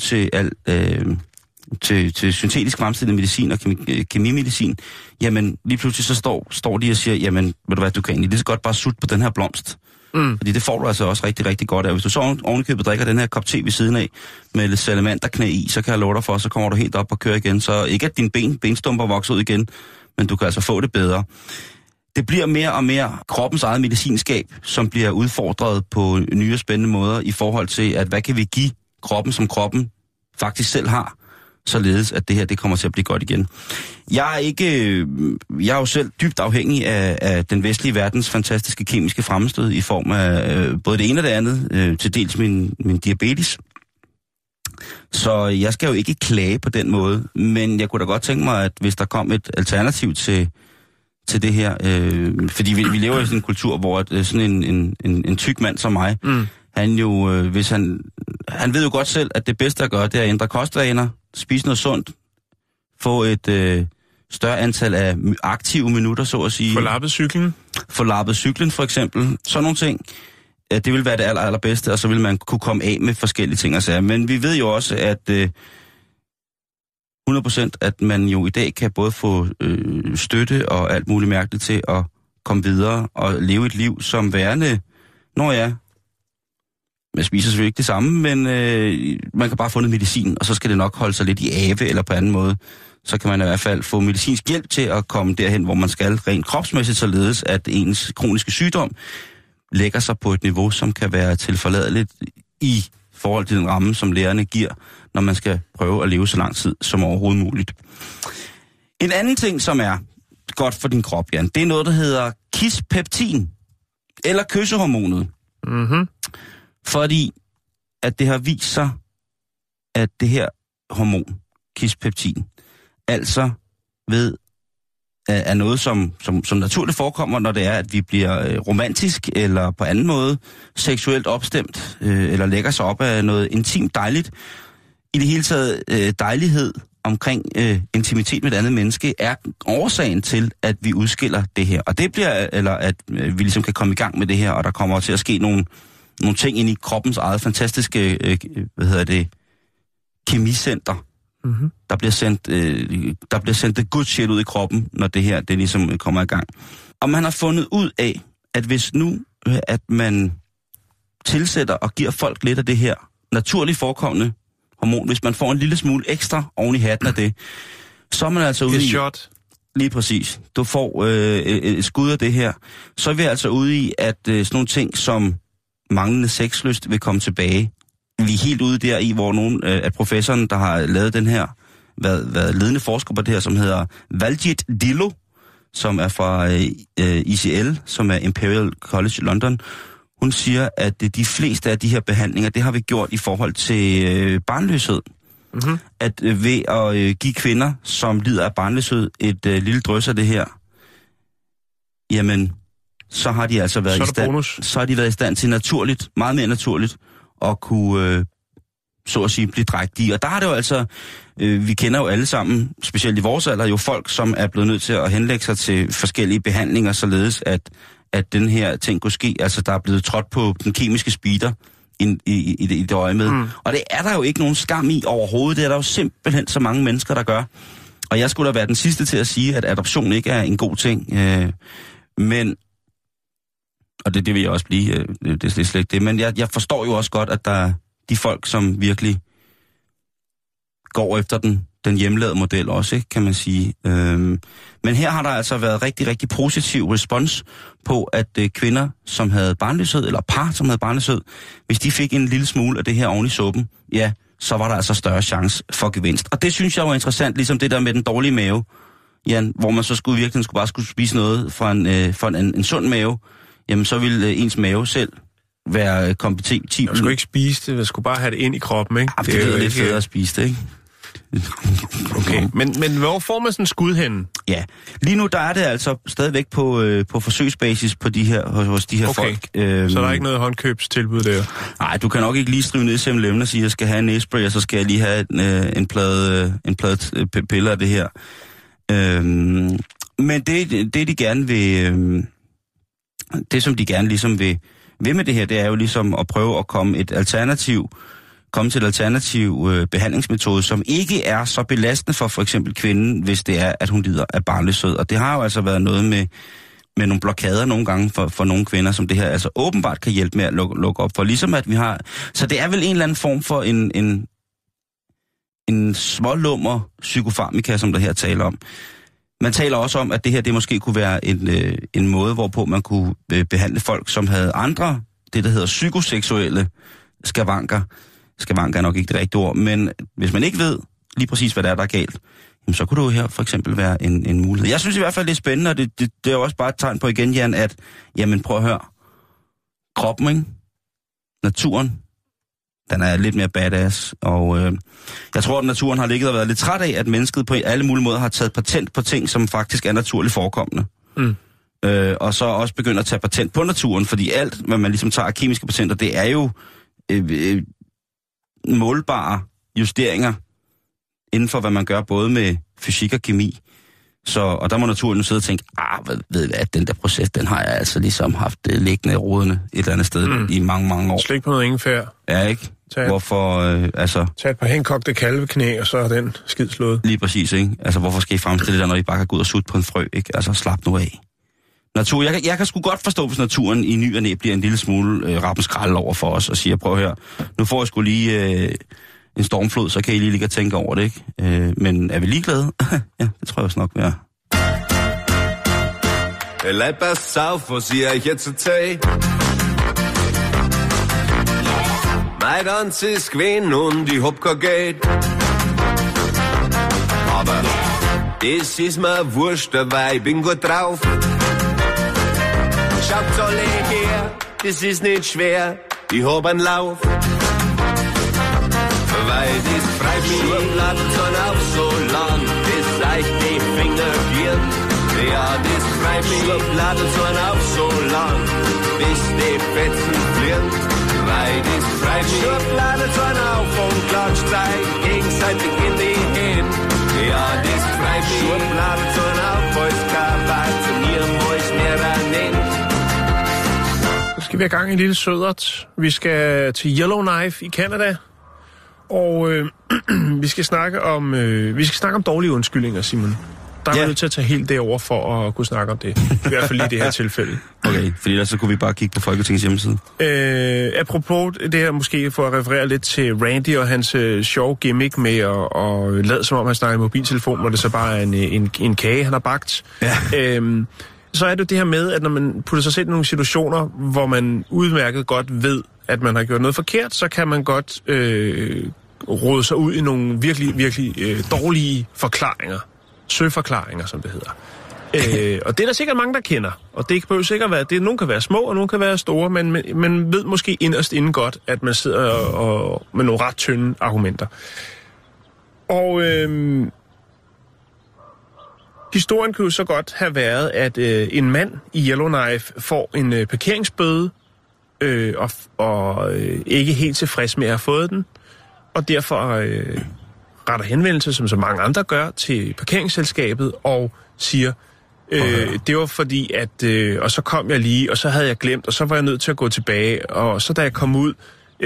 til syntetisk fremstillet medicin og kemimedicin, jamen lige pludselig så står de og siger, jamen ved du hvad, du kan egentlig lige så godt bare sutte på den her blomst. Fordi det får du altså også rigtig godt af. Hvis du så ovenikøbet drikker den her kop te ved siden af med lidt salamanderknæ i, så kan jeg love dig for, så kommer du helt op og kører igen. Så ikke at dine benstumper vokser ud igen, men du kan altså få det bedre. Det bliver mere og mere kroppens eget medicinskab, som bliver udfordret på nye og spændende måder i forhold til, at hvad kan vi give kroppen, som kroppen faktisk selv har, således at det her det kommer til at blive godt igen. Jeg er jo selv dybt afhængig af den vestlige verdens fantastiske kemiske fremstød i form af både det ene og det andet, til dels min diabetes. Så jeg skal jo ikke klage på den måde, men jeg kunne da godt tænke mig, at hvis der kom et alternativ til det her, fordi vi lever i sådan en kultur, hvor sådan en tyk mand som mig, han jo, hvis han ved jo godt selv, at det bedste at gøre, det er at ændre kostvaner, spise noget sundt, få et større antal af aktive minutter, så at sige. Få lappet cyklen, for eksempel. Sådan nogle ting. Det vil være det allerbedste, og så vil man kunne komme af med forskellige ting og sager. Men vi ved jo også, at 100% at man jo i dag kan både få støtte og alt muligt mærkeligt til at komme videre og leve et liv som værende, man spiser selvfølgelig ikke det samme, men man kan bare få noget medicin, og så skal det nok holde sig lidt i ave eller på anden måde. Så kan man i hvert fald få medicinsk hjælp til at komme derhen, hvor man skal rent kropsmæssigt, således at ens kroniske sygdom lægger sig på et niveau, som kan være tilforladeligt i forhold til den ramme, som lægerne giver, når man skal prøve at leve så lang tid som overhovedet muligt. En anden ting, som er godt for din krop, Jan, det er noget, der hedder kispeptin, eller kyssehormonet. Mhm. Fordi at det har vist sig, at det her hormon, kispeptin, altså er noget, som naturligt forekommer, når det er, at vi bliver romantisk eller på anden måde seksuelt opstemt, eller lægger sig op af noget intimt dejligt. I det hele taget dejlighed omkring intimitet med et andet menneske er årsagen til, at vi udskiller det her. Og det bliver, eller at vi ligesom kan komme i gang med det her, og der kommer til at ske nogle ting ind i kroppens eget fantastiske, kemicenter. Mm-hmm. Der bliver sendt det good shit ud i kroppen, når det her det ligesom kommer i gang. Og man har fundet ud af, at hvis nu, at man tilsætter og giver folk lidt af det her naturligt forekommende hormon, hvis man får en lille smule ekstra oven i hatten af det, så er man altså ude i... shot. Lige præcis. Du får et skud af det her. Så er vi altså ude i, at sådan nogle ting som manglende sexlyst vil komme tilbage. Vi er helt ude der i, hvor nogle af professoren, der har lavet den her, været ledende forsker på det her, som hedder Valjit Dillo, som er fra ICL, som er Imperial College i London. Hun siger, at de fleste af de her behandlinger, det har vi gjort i forhold til barnløshed. Mm-hmm. At ved at give kvinder, som lider af barnløshed, et lille drøs af det her, jamen, så har de altså været i stand til naturligt, meget mere naturligt, at kunne, så at sige, blive drægtige. Og der er det jo altså, vi kender jo alle sammen, specielt i vores alder, jo folk, som er blevet nødt til at henlægge sig til forskellige behandlinger, således at den her ting kunne ske. Altså, der er blevet trådt på den kemiske speeder i det øje med. Mm. Og det er der jo ikke nogen skam i overhovedet. Det er der jo simpelthen så mange mennesker, der gør. Og jeg skulle da være den sidste til at sige, at adoption ikke er en god ting. Men, og det vil jeg også blive, det er slet ikke det, men jeg forstår jo også godt, at der er de folk, som virkelig går efter den hjemmelavede model også, ikke, kan man sige. Men her har der altså været rigtig, rigtig positiv respons på, at kvinder, som havde barnløshed, eller par, som havde barnløshed, hvis de fik en lille smule af det her oven i suppen, ja, så var der altså større chance for gevinst. Og det synes jeg var interessant, ligesom det der med den dårlige mave, Jan, hvor man så skulle spise noget fra en sund mave, jamen så ville ens mave selv være kompetent. Jeg skulle ikke spise det, jeg skulle bare have det ind i kroppen, ikke? Det er jo lidt federe at spise det, ikke? Okay, men hvor får man sådan en skud henne? Ja, lige nu der er det altså stadigvæk på forsøgsbasis på hos de her folk. Så der er ikke noget håndkøbstilbud der? Nej, du kan nok ikke lige skrive ned i 7-Eleven og sige, at jeg skal have en næsespray, og så skal jeg lige have en plade piller af det her. Men det de gerne vil... det som de gerne ligesom vil med det her, det er jo ligesom at prøve at komme til et alternativ behandlingsmetode, som ikke er så belastende for eksempel kvinden, hvis det er, at hun lider af barnløshed. Og det har jo altså været noget med nogle blokader nogle gange for nogle kvinder, som det her altså åbenbart kan hjælpe med at lukke op for. Ligesom at vi har... Så det er vel en eller anden form for en smålummer psykofarmika, som der her taler om. Man taler også om, at det her det måske kunne være en måde, hvorpå man kunne behandle folk, som havde andre, det der hedder psykoseksuelle skavanker. Skavanker er nok ikke det rigtige ord, men hvis man ikke ved lige præcis, hvad der er galt, jamen, så kunne det jo her for eksempel være en mulighed. Jeg synes i hvert fald, det er spændende, og det er jo også bare et tegn på igen, Jan, at jamen prøv at høre, kroppen, ikke? Naturen, Den er lidt mere badass, og jeg tror, at naturen har ligget og været lidt træt af, at mennesket på alle mulige måder har taget patent på ting, som faktisk er naturligt forekommende. Og så også begynder at tage patent på naturen, fordi alt, hvad man ligesom tager af kemiske patenter, det er jo målbare justeringer inden for, hvad man gør både med fysik og kemi. Og der må naturen nu sidde og tænke, ved hvad, den der proces, den har jeg altså ligesom haft liggende i rodene et eller andet sted i mange, mange år. Slik på noget ingefær. Ja, ikke? Hvorfor, Tag et par henkogte kalveknæ, og så er den skid slået. Lige præcis, ikke? Altså, hvorfor skal I fremstille det der, når I bare kan gå ud og sutte på en frø, ikke? Altså, slap nu af. Natur, jeg kan sgu godt forstå, hvis naturen i ny og næ bliver en lille smule rappenskrald over for os, og siger, prøv her, nu får jeg sgu lige en stormflod, så kan I lige ligge og tænke over det, ikke? Men er vi ligeglade? Ja, det tror jeg også nok, vi er. Pass auf, was ihr euch jetzt erzählt. Mein Tanz ist gewesen und ich hab kein Geld. Aber das ist mir wurscht, weil ich bin gut drauf. Schaut alle her, das ist nicht schwer, ich hab einen Lauf. Weil das freut mich, Schubladen sollen auch so lang, bis euch die Finger gieren. Ja, das freut mich, Schubladen sollen auch so lang, bis die Fetzen fliehen. Weil das freut mich, Schubladen sollen auf und klatscht sein, gegenseitig in die Hände. Ja, das freut mich, Schubladen sollen auf, als Kabal zu mir, wo ich mehr nennt. Nu skal vi have gang i en lille sødert. Vi skal til Yellowknife i Canada. Og vi skal snakke om dårlige undskyldninger, Simon. Der er vi nødt til at tage helt derover for at kunne snakke om det. I hvert fald i det her tilfælde. Okay, fordi ellers så kunne vi bare kigge på Folketingets hjemmeside. Apropos det her, måske for at referere lidt til Randy og hans sjove gimmick med at lade som om han snakker i mobiltelefon, hvor det så bare er en kage, han har bagt. Ja. Så er det det her med, at når man putter sig selv i nogle situationer, hvor man udmærket godt ved, at man har gjort noget forkert, så kan man godt rode sig ud i nogle virkelig, virkelig dårlige forklaringer. Søforklaringer, som det hedder. Og det er der sikkert mange, der kender. Og det behøver sikkert være, det nogle kan være små, og nogle kan være store, men man ved måske inderst inden godt, at man sidder og med nogle ret tynde argumenter. Og historien kunne jo så godt have været, at en mand i Yellowknife får en parkeringsbøde, og ikke helt tilfreds med at have fået den, og derfor retter henvendelse, som så mange andre gør, til parkeringsselskabet og siger, det var fordi, at og så kom jeg lige, og så havde jeg glemt, og så var jeg nødt til at gå tilbage, og så da jeg kom ud,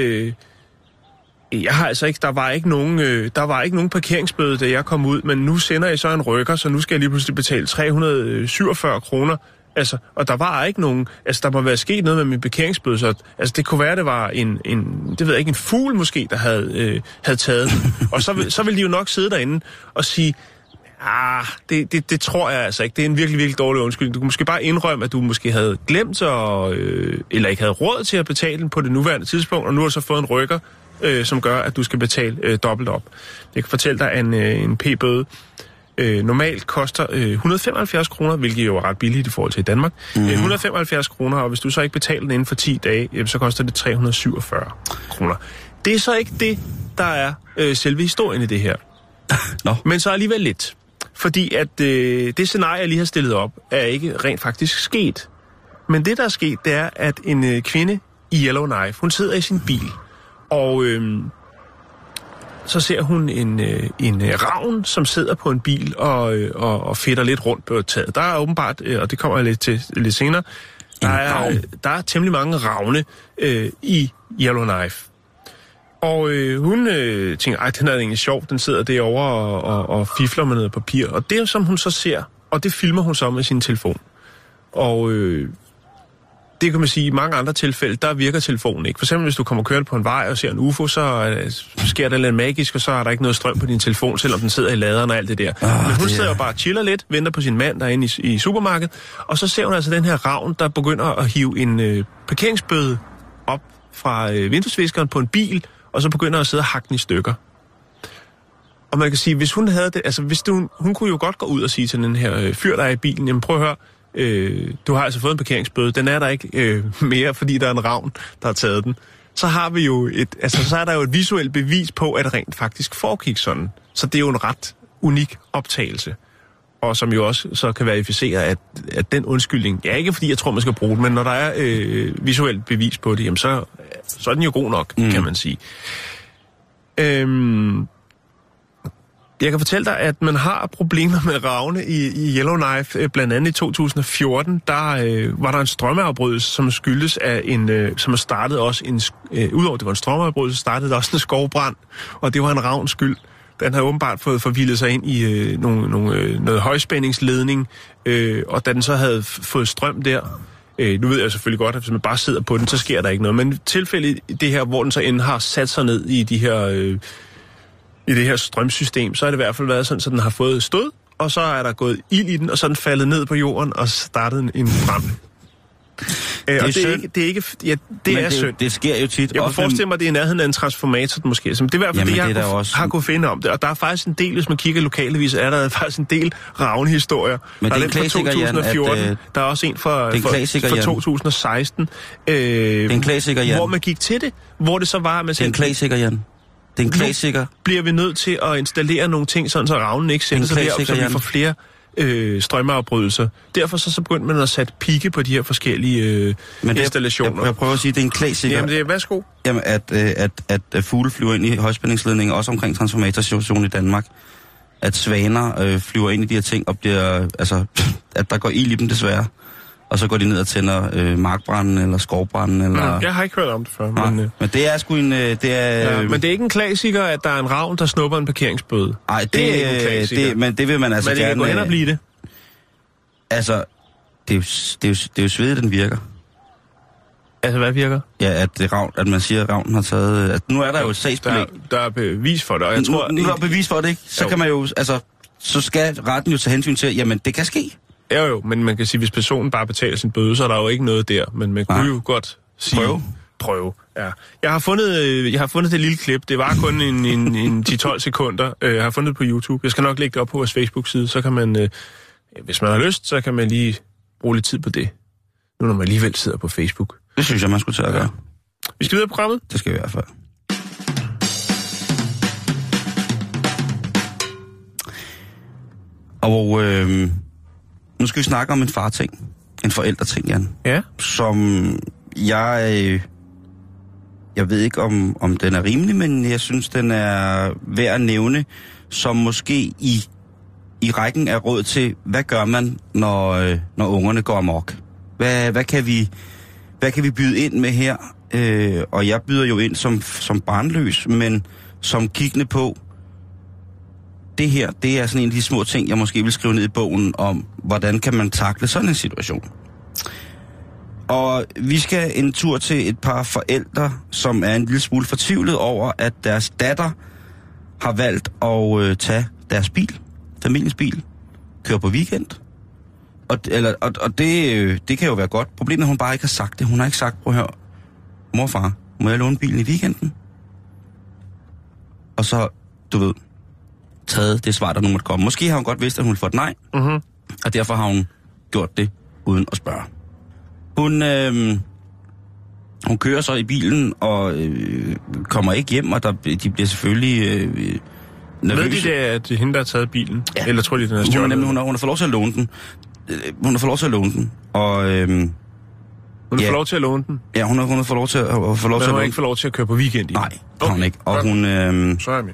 jeg har altså ikke, der var ikke nogen parkeringsbøde, da jeg kom ud, men nu sender jeg så en rykker, så nu skal jeg lige pludselig betale 347 kroner. Altså, og der var ikke nogen, altså der må være sket noget med min parkeringsbøde, så altså det kunne være, det var en fugl måske, der havde taget den. Og så ville de jo nok sidde derinde og sige, det tror jeg altså ikke, det er en virkelig, virkelig dårlig undskyldning. Du kunne måske bare indrømme, at du måske havde glemt, eller ikke havde råd til at betale den på det nuværende tidspunkt, og nu har du så fået en rykker, som gør, at du skal betale dobbelt op. Jeg kan fortælle dig, at en p-bøde normalt koster 175 kroner, hvilket jo er ret billigt i forhold til Danmark. 175 kroner, og hvis du så ikke betaler den inden for 10 dage, så koster det 347 kroner. Det er så ikke det, der er selve historien i det her. No. Men så alligevel lidt. Fordi at det scenarie, jeg lige har stillet op, er ikke rent faktisk sket. Men det, der er sket, det er, at en kvinde i Yellowknife, hun sidder i sin bil, og så ser hun en ravn, som sidder på en bil og fedter lidt rundt på taget. Der er åbenbart, og det kommer jeg lidt til lidt senere, der er temmelig mange ravne i Yellowknife. Og hun tænker, den er egentlig sjov, den sidder derovre og fifler med noget papir. Og det, som hun så ser, og det filmer hun så med sin telefon. Og det kan man sige, i mange andre tilfælde, der virker telefonen ikke. For eksempel, hvis du kommer kørende på en vej og ser en UFO, så sker der lidt magisk, og så er der ikke noget strøm på din telefon, selvom den sidder i laderen og alt det der. Men hun sidder jo bare og chiller lidt, venter på sin mand derinde i supermarkedet, og så ser hun altså den her ravn, der begynder at hive en parkeringsbøde op fra vinduesviskeren på en bil, og så begynder at sidde og hakke den i stykker. Og man kan sige, hvis hun havde det, altså hun kunne jo godt gå ud og sige til den her fyr, der er i bilen, jamen prøv at høre, du har altså fået en parkeringsbøde, den er der ikke mere, fordi der er en ravn, der har taget den. så har vi jo så er der jo et visuelt bevis på, at det rent faktisk foregik sådan. Så det er jo en ret unik optagelse. Og som jo også så kan verificere, at den undskyldning, ja, ikke fordi jeg tror, man skal bruge den, men når der er visuelt bevis på det, jamen så er den jo god nok, kan man sige. Jeg kan fortælle dig, at man har problemer med ravne i Yellowknife. Blandt andet i 2014, der var der en strømmeafbrydelse, som skyldes af som startede også udover det var en strømmeafbrydelse, startede der også en skovbrand, og det var en ravns skyld. Den havde åbenbart fået forvildet sig ind i noget højspændingsledning, og da den så havde fået strøm der, nu ved jeg selvfølgelig godt, at hvis man bare sidder på den, så sker der ikke noget. Men tilfældet i det her, hvor den så har sat sig ned i i det her strømsystem, så har det i hvert fald været sådan, så den har fået stød, og så er der gået ild i den, og så er den faldet ned på jorden og startet en brand. Det er synd. Det sker jo tit. Jeg kunne forestille mig, at det er i nærheden af en transformator, måske. Så det er i hvert fald jeg har kunne finde om det. Og der er faktisk en del, hvis man kigger lokalvis, er der faktisk en del ravnehistorier. Men der det er den fra 2014. Der er også en fra 2016. Det er en klassiker, Jan. Hvor man gik til det. Hvor det så var, at man sagde... Det er en klassiker, Jan. Det er en klassiker. Bliver vi nødt til at installere nogle ting, sådan så ravnen ikke sætter sig derop, så vi får flere strømmeafbrydelser. Derfor så begyndte man at sætte pigge på de her forskellige installationer. Jeg prøver at sige, at det er en klassiker. Jamen, det er værsgo. Jamen, at fugle flyver ind i højspændingsledninger, også omkring transformatorsituationen i Danmark. At svaner flyver ind i de her ting, og bliver, at der går ild i dem desværre. Og så går de ned og tænder markbranden eller skovbranden. Eller... Jeg har ikke hørt om det før. Men det er sgu en... men det er ikke en klassiker, at der er en ravn, der snupper en parkeringsbøde. Nej, det er ikke en klassiker. Men det vil man altså gerne... Men det kan gå hen og blive det. Altså, det er jo svedigt, den virker. Altså, hvad virker? Ja, at man siger, at ravnen har taget... At nu er der jo et sagsbelæg. Der er bevis for det, og jeg tror... Nu er der bevis for det, ikke? Så kan man jo... så skal retten jo tage hensyn til, jamen, det kan ske. Jo, men man kan sige, hvis personen bare betaler sin bøde, så er der jo ikke noget der. Men man kunne jo godt sige... Prøve. Ja. Jeg har fundet det lille klip. Det var kun en 10-12 sekunder. Jeg har fundet det på YouTube. Jeg skal nok lægge det op på vores Facebook-side. Så kan man, hvis man har lyst, så kan man lige bruge lidt tid på det. Nu når man alligevel sidder på Facebook. Det synes jeg, man skulle tage at gøre. Vi skal videre på programmet. Det skal vi i hvert fald. Og nu skal vi snakke om en farting. En forældreting, Jan. Ja. Som jeg ved ikke, om den er rimelig, men jeg synes, den er værd at nævne, som måske i rækken er råd til, hvad gør man, når ungerne går amok? Hvad kan vi byde ind med her? Og jeg byder jo ind som barnløs, men som kiggende på, det her, det er sådan en af de små ting, jeg måske vil skrive ned i bogen om, hvordan kan man takle sådan en situation. Og vi skal en tur til et par forældre, som er en lille smule fortvivlet over, at deres datter har valgt at tage deres bil, familiens bil, køre på weekend. Og det kan jo være godt. Problemet er, at hun bare ikke har sagt det. Hun har ikke sagt, prøv at høre, mor og far, må jeg låne bilen i weekenden? Og så, du ved, taget det svar, der nu måtte komme. Måske har hun godt vidst, at hun ville få et nej, og derfor har hun gjort det uden at spørge. Hun kører så i bilen og kommer ikke hjem, og de bliver selvfølgelig nervøse. Ved de det, at det er hende, der har taget bilen? Ja. Eller tror de, den er stjålet? Hun har fået lov til at låne den. Hun har fået lov til at låne den. Og, hun har fået lov til at låne den? Ja, hun har fået lov til at låne den. Men hun har ikke fået lov til at køre på weekend i? Nej, okay. Har hun ikke. Og hun... Så er jeg med.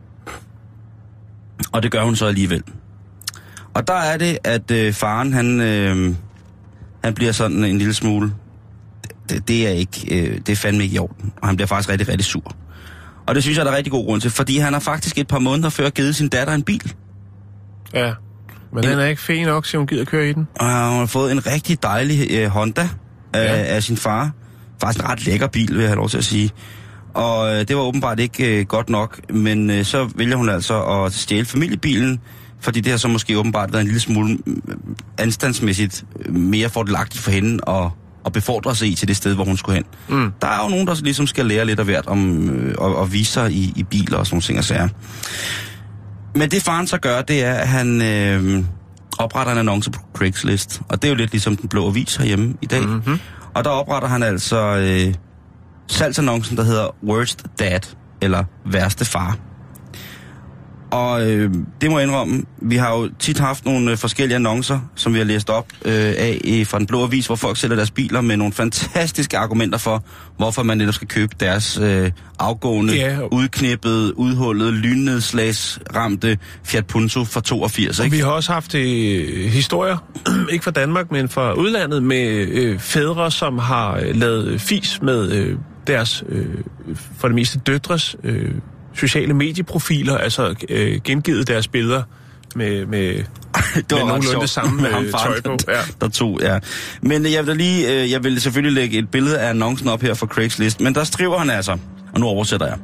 Og det gør hun så alligevel. Og der er det, at faren, han bliver sådan en lille smule... Det er ikke... det er fandme ikke i orden. Og han bliver faktisk rigtig, rigtig sur. Og det synes jeg, der er rigtig god grund til, fordi han har faktisk et par måneder før givet sin datter en bil. Ja, men den er ikke fæn nok, så hun gider køre i den. Og hun har fået en rigtig dejlig Honda af sin far. Faktisk en ret lækker bil, vil jeg have lov til at sige. Og det var åbenbart ikke godt nok, men så vælger hun altså at stjæle familiebilen, fordi det har så måske åbenbart været en lille smule anstandsmæssigt mere fordelagtigt for hende at befordre sig til det sted, hvor hun skulle hen. Der er jo nogen, der ligesom skal lære lidt af hvert om at vise sig i biler og sådan nogle ting og sager. Men det faren så gør, det er, at han opretter en annonce på Craigslist. Og det er jo lidt ligesom Den Blå Avis herhjemme i dag. Og der opretter han altså salgsannoncen, der hedder Worst Dad, eller Værste Far. Og det må jeg indrømme, vi har jo tit haft nogle forskellige annoncer, som vi har læst op af fra Den Blå Avis, hvor folk sælger deres biler med nogle fantastiske argumenter for, hvorfor man netop skal købe deres afgående, udknippede, udhullede, lynnedslagsramte Fiat Punto fra 82. Ikke? Vi har også haft historier, ikke fra Danmark, men fra udlandet, med fædre, som har lavet fis med deres, for det meste døtres, sociale medieprofiler, altså gengivet deres billeder med nogenlunde det samme tøj på. Ja. Der tog, ja. Men jeg vil selvfølgelig lægge et billede af annoncen op her fra Craigslist, men der skriver han altså, og nu oversætter jeg.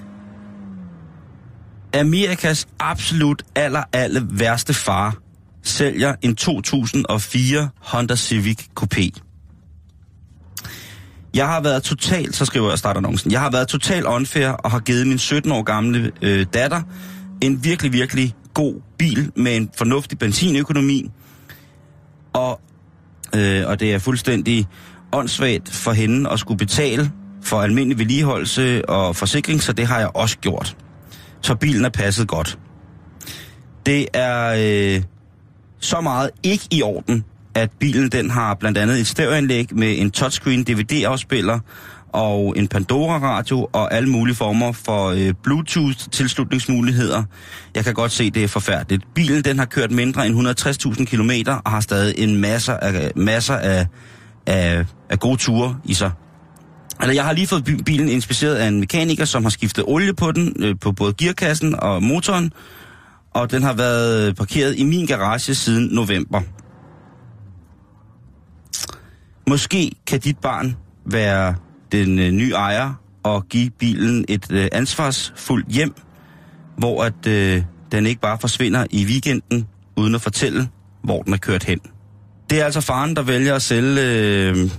Amerikas absolut aller værste far sælger en 2004 Honda Civic Coupé. Jeg har været totalt, så skriver jeg og starter annoncen, jeg har været totalt unfair og har givet min 17 år gamle datter en virkelig, virkelig god bil med en fornuftig benzinøkonomi. Og det er fuldstændig åndssvagt for hende at skulle betale for almindelig vedligeholdelse og forsikring, så det har jeg også gjort. Så bilen er passet godt. Det er så meget ikke i orden, at bilen den har blandt andet et stereoanlæg med en touchscreen DVD-afspiller og en Pandora-radio og alle mulige former for Bluetooth-tilslutningsmuligheder. Jeg kan godt se, det er forfærdeligt. Bilen den har kørt mindre end 160.000 kilometer og har stadig en masser af gode ture i sig. Altså, jeg har lige fået bilen inspiceret af en mekaniker, som har skiftet olie på den, på både gearkassen og motoren, og den har været parkeret i min garage siden november. Måske kan dit barn være den nye ejer og give bilen et ansvarsfuldt hjem, hvor at den ikke bare forsvinder i weekenden, uden at fortælle, hvor den er kørt hen. Det er altså faren, der vælger at sælge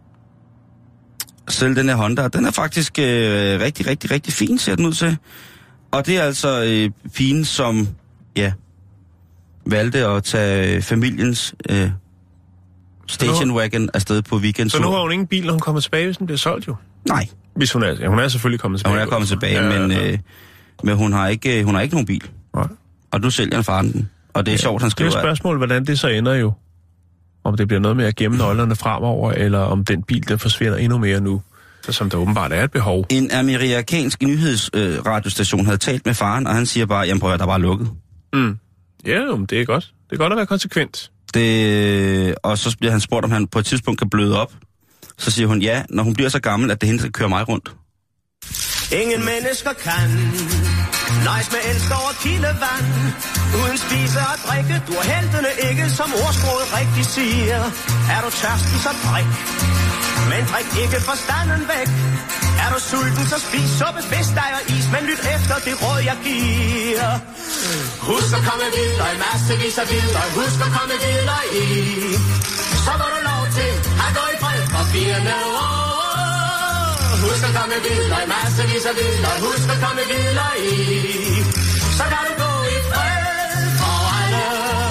den her Honda. Den er faktisk rigtig, rigtig, rigtig fin, ser den ud til. Og det er altså pigen, som valgte at tage familiens stationwagon afsted på weekendtur. Så nu har hun ingen bil, når hun kommer tilbage, hvis den bliver solgt jo? Nej. Hvis hun er selvfølgelig kommet tilbage. Hun er kommet tilbage, men hun har ikke nogen bil. Nej. Og nu sælger han faren den. Og det er sjovt, han skriver. Det er et spørgsmål, hvordan det så ender jo. Om det bliver noget med at gemme nøglerne fremover, eller om den bil, der forsvinder endnu mere nu. Så som der åbenbart er et behov. En amerikansk nyhedsradiostation havde talt med faren, og han siger bare, jamen prøv at der bare lukket. Ja, det er godt. Det er godt at være konsekvent. Og så bliver han spurgt, om han på et tidspunkt kan bløde op. Så siger hun ja, når hun bliver så gammel, at det hende skal køre mig rundt. Ingen mennesker kan nøjes med elsker over kildevand. Uden spise og drikke, du er heltene ikke, som ordsproget rigtig siger. Er du tørstig, så drik, men drik ikke forstanden væk. Er du sulten, så spis suppe, fisk, dej og is, men lyt efter det råd, jeg giver. Husk at komme videre i massevis af videre. Husk at komme videre i. Så må du lov til at gå i fred for 4 år. Husk at komme videre i massevis af videre. Husk at komme videre i. Så kan du gå i fred for alle.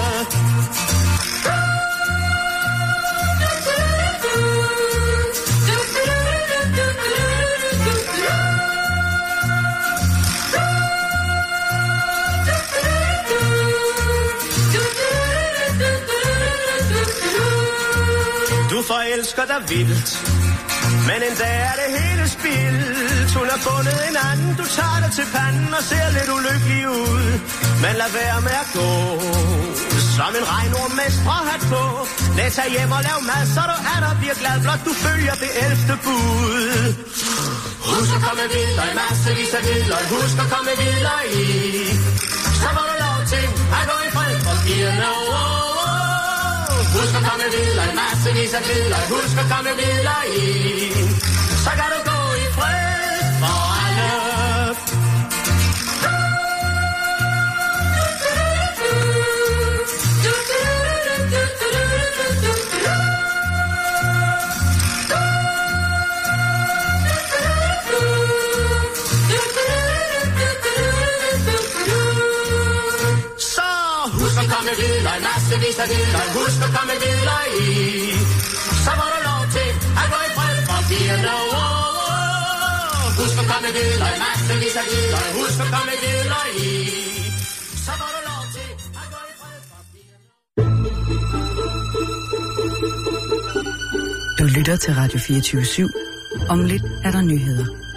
Du forelsker dig vildt, men en dag er det hele spildt. Hun har fundet en anden, du tager det til panden og ser lidt ulykkelig ud. Men lad være med at gå, som en regnorm med stråhat på. Lad tage hjem og lav mad, så du atter bliver glad, blot du følger det 11. bud. Husk at komme videre i massevis af videre. Husk at komme videre i. Så får du lov til at gå i fred for 4 år. Husk at komme videre i massevis af videre. Husk at komme videre i. Så kan du gå i fred for alle. Komme videre i massevis af videre. Husk at komme videre i. Så var du lov til at gå i fred for 4 år. Husk at komme med gødløg, massevis af gødløg. Husk at komme med gødløg i. Så får du lov til at gå i fred for pigerne. Du lytter til Radio 24/7. Om lidt er der nyheder.